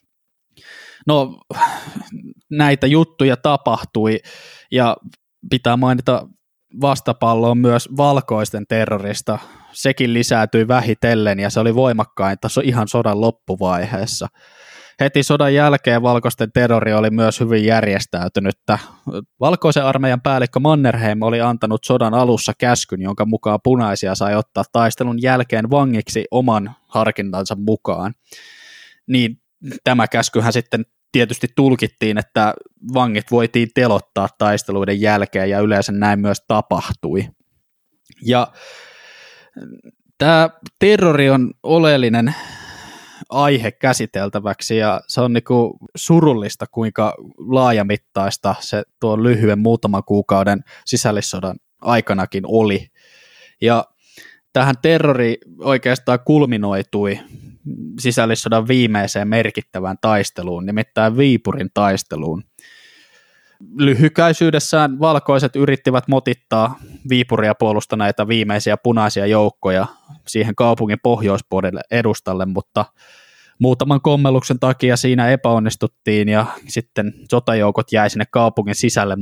No, näitä juttuja tapahtui, ja pitää mainita vastapalloon myös valkoisten terrorista. Sekin lisääntyi vähitellen, ja se oli voimakkainta ihan sodan loppuvaiheessa. Heti sodan jälkeen valkoisten terrori oli myös hyvin järjestäytynyttä. Valkoisen armeijan päällikkö Mannerheim oli antanut sodan alussa käskyn, jonka mukaan punaisia sai ottaa taistelun jälkeen vangiksi oman harkintansa mukaan. Niin tämä käskyhän sitten tietysti tulkittiin, että vangit voitiin telottaa taisteluiden jälkeen, ja yleensä näin myös tapahtui. Ja tämä terrori on oleellinen aihe käsiteltäväksi, ja se on niinku surullista, kuinka laajamittaista se tuon lyhyen muutaman kuukauden sisällissodan aikanakin oli. Ja tähän terrori oikeastaan kulminoitui sisällissodan viimeiseen merkittävään taisteluun, nimittäin Viipurin taisteluun. Lyhykäisyydessään valkoiset yrittivät motittaa Viipuria puolustaneita viimeisiä punaisia joukkoja siihen kaupungin pohjoispuolelle edustalle, mutta muutaman kommelluksen takia siinä epäonnistuttiin, ja sitten sotajoukot jäi sinne kaupungin sisälle mottiin.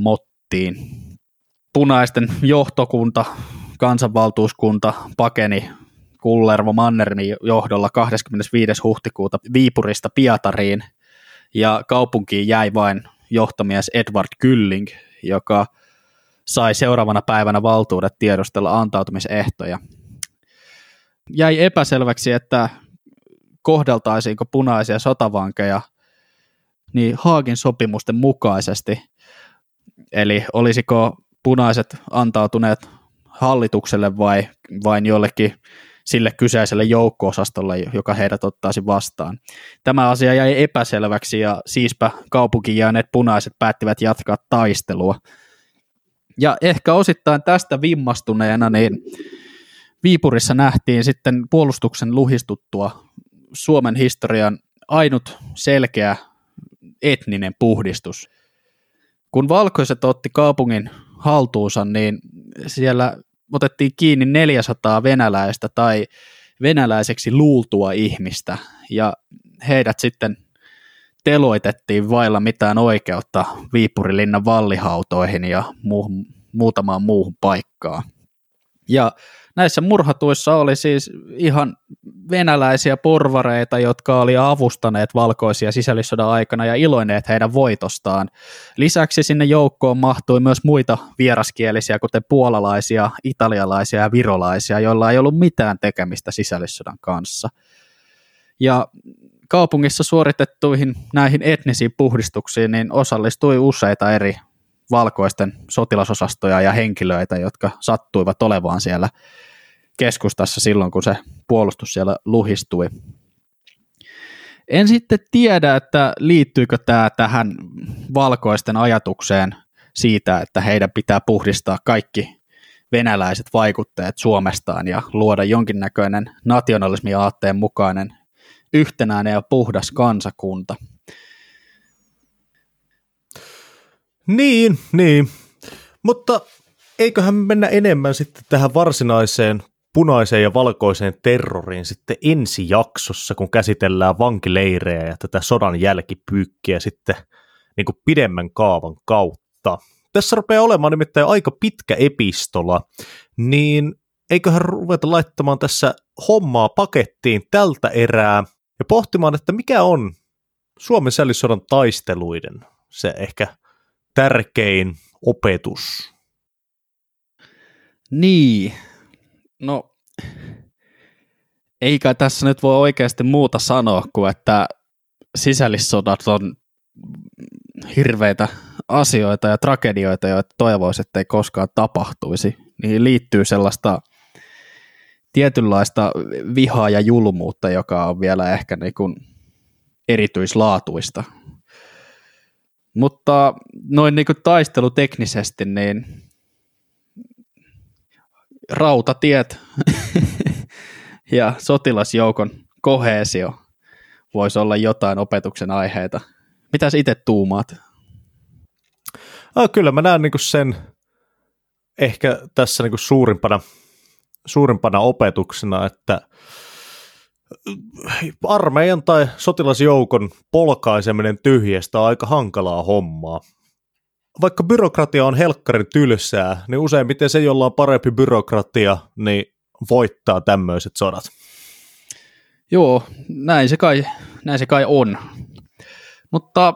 vallittiin. Punaisten johtokunta, kansanvaltuuskunta pakeni Kullervo Mannermin johdolla kahdeskymmenesviides huhtikuuta Viipurista Pietariin, ja kaupunkiin jäi vain johtomies Edward Gylling, joka sai seuraavana päivänä valtuudet tiedustella antautumisehtoja. Jäi epäselväksi, että kohdeltaisiinko punaisia sotavankeja niin Haagin sopimusten mukaisesti, eli olisiko punaiset antautuneet hallitukselle vai vain jollekin sille kyseiselle joukko-osastolle, joka heidät ottaisi vastaan. Tämä asia jäi epäselväksi, ja siispä kaupunkiin jääneet punaiset päättivät jatkaa taistelua. Ja ehkä osittain tästä vimmastuneena, niin Viipurissa nähtiin sitten puolustuksen luhistuttua Suomen historian ainut selkeä etninen puhdistus. Kun valkoiset otti kaupungin haltuunsa, niin siellä otettiin kiinni neljäsataa venäläistä tai venäläiseksi luultua ihmistä, ja heidät sitten teloitettiin vailla mitään oikeutta Viipurilinnan vallihautoihin ja muuhun, muutamaan muuhun paikkaan. Ja näissä murhatuissa oli siis ihan venäläisiä porvareita, jotka oli avustaneet valkoisia sisällissodan aikana ja iloineet heidän voitostaan. Lisäksi sinne joukkoon mahtui myös muita vieraskielisiä, kuten puolalaisia, italialaisia ja virolaisia, joilla ei ollut mitään tekemistä sisällissodan kanssa. Ja kaupungissa suoritettuihin näihin etnisiin puhdistuksiin niin osallistui useita eri valkoisten sotilasosastoja ja henkilöitä, jotka sattuivat olevaan siellä keskustassa silloin, kun se puolustus siellä luhistui. En sitten tiedä, että liittyykö tämä tähän valkoisten ajatukseen siitä, että heidän pitää puhdistaa kaikki venäläiset vaikutteet Suomestaan ja luoda jonkinnäköinen nationalismi-aatteen mukainen yhtenäinen ja puhdas kansakunta. Niin, niin. Mutta eiköhän mennä enemmän sitten tähän varsinaiseen punaiseen ja valkoiseen terroriin sitten ensi jaksossa, kun käsitellään vankileirejä ja tätä sodan jälkipyykkiä sitten niin kuin pidemmän kaavan kautta. Tässä rupeaa olemaan nimittäin aika pitkä epistola, niin eiköhän ruveta laittamaan tässä hommaa pakettiin tältä erää ja pohtimaan, että mikä on Suomen sisällissodan taisteluiden se ehkä tärkein opetus. Niin, no eikä tässä nyt voi oikeasti muuta sanoa kuin, että sisällissodat on hirveitä asioita ja tragedioita, joita toivoisi, että ei koskaan tapahtuisi. Niihin liittyy sellaista tietynlaista vihaa ja julmuutta, joka on vielä ehkä niin kuin erityislaatuista. Mutta noin niin kuin taisteluteknisesti, niin rautatiet ja sotilasjoukon koheesio voisi olla jotain opetuksen aiheita. Mitäs itse tuumaat? Ah, kyllä mä näen niinku sen ehkä tässä niinku suurimpana, suurimpana opetuksena, että armeijan tai sotilasjoukon polkaiseminen tyhjästä on aika hankalaa hommaa. Vaikka byrokratia on helkkarin tylsää, niin useimmiten se, jolla on parempi byrokratia, niin voittaa tämmöiset sodat. Joo, näin se kai, näin se kai on. Mutta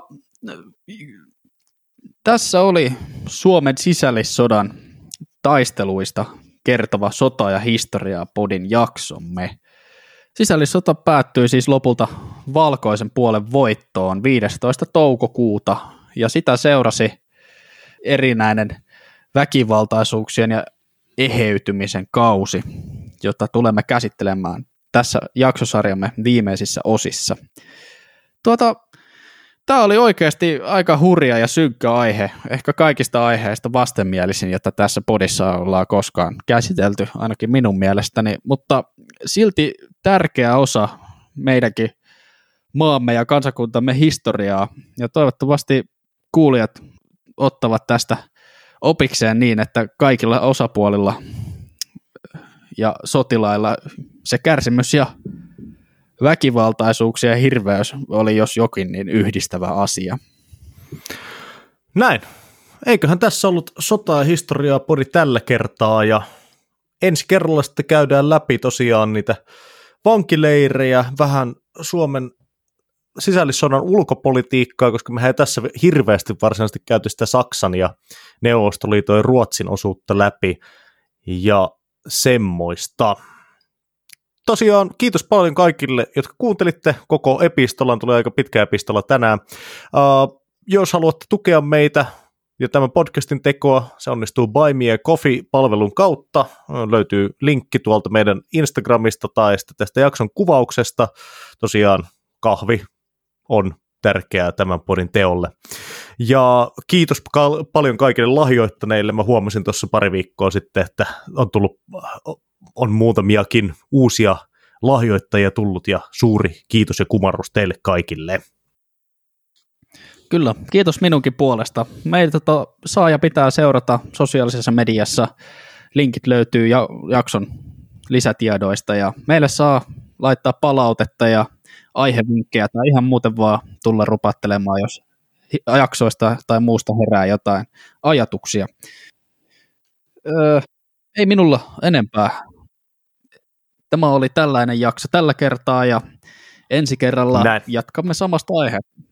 tässä oli Suomen sisällissodan taisteluista kertova sota- ja historiaa podin jaksomme. Sisällissota päättyi siis lopulta valkoisen puolen voittoon viidestoista toukokuuta, ja sitä seurasi erinäinen väkivaltaisuuksien ja eheytymisen kausi, jota tulemme käsittelemään tässä jaksosarjamme viimeisissä osissa. Tuota, tämä oli oikeasti aika hurja ja synkkä aihe, ehkä kaikista aiheista vastenmielisin, jota tässä podissa ollaan koskaan käsitelty, ainakin minun mielestäni, mutta silti tärkeä osa meidänkin maamme ja kansakuntamme historiaa, ja toivottavasti kuulijat ottavat tästä opikseen niin, että kaikilla osapuolilla ja sotilailla se kärsimys ja väkivaltaisuuksia ja hirveys oli jos jokin niin yhdistävä asia. Näin. eiköhän tässä ollut sota- ja historiaa podi tällä kertaa, ja ensi kerralla sitten käydään läpi tosiaan niitä vankileirejä, vähän Suomen sisällissodan ulkopolitiikkaa, koska mehän ei tässä hirveästi varsinaisesti käyty sitä Saksan ja Neuvostoliiton ja Ruotsin osuutta läpi, ja semmoista. Tosiaan kiitos paljon kaikille, jotka kuuntelitte koko epistolan, tulee aika pitkä epistola tänään. Uh, jos haluatte tukea meitä ja tämän podcastin tekoa, se onnistuu Buy Me a Coffee-palvelun kautta. Löytyy linkki tuolta meidän Instagramista tai sitten tästä jakson kuvauksesta. Tosiaan kahvi on tärkeää tämän podin teolle. Ja kiitos kal- paljon kaikille lahjoittaneille. Mä huomasin tuossa pari viikkoa sitten, että on tullut, on muutamiakin uusia lahjoittajia tullut, ja suuri kiitos ja kumarrus teille kaikille. Kyllä, kiitos minunkin puolesta. Meitä tota, saa ja pitää seurata sosiaalisessa mediassa. Linkit löytyy ja, jakson lisätiedoista, ja meille saa laittaa palautetta ja aihevinkkejä tai ihan muuten vaan tulla rupattelemaan, jos jaksoista tai muusta herää jotain ajatuksia. Öö, ei minulla enempää. Tämä oli tällainen jakso tällä kertaa, ja ensi kerralla Näin. jatkamme samasta aiheesta.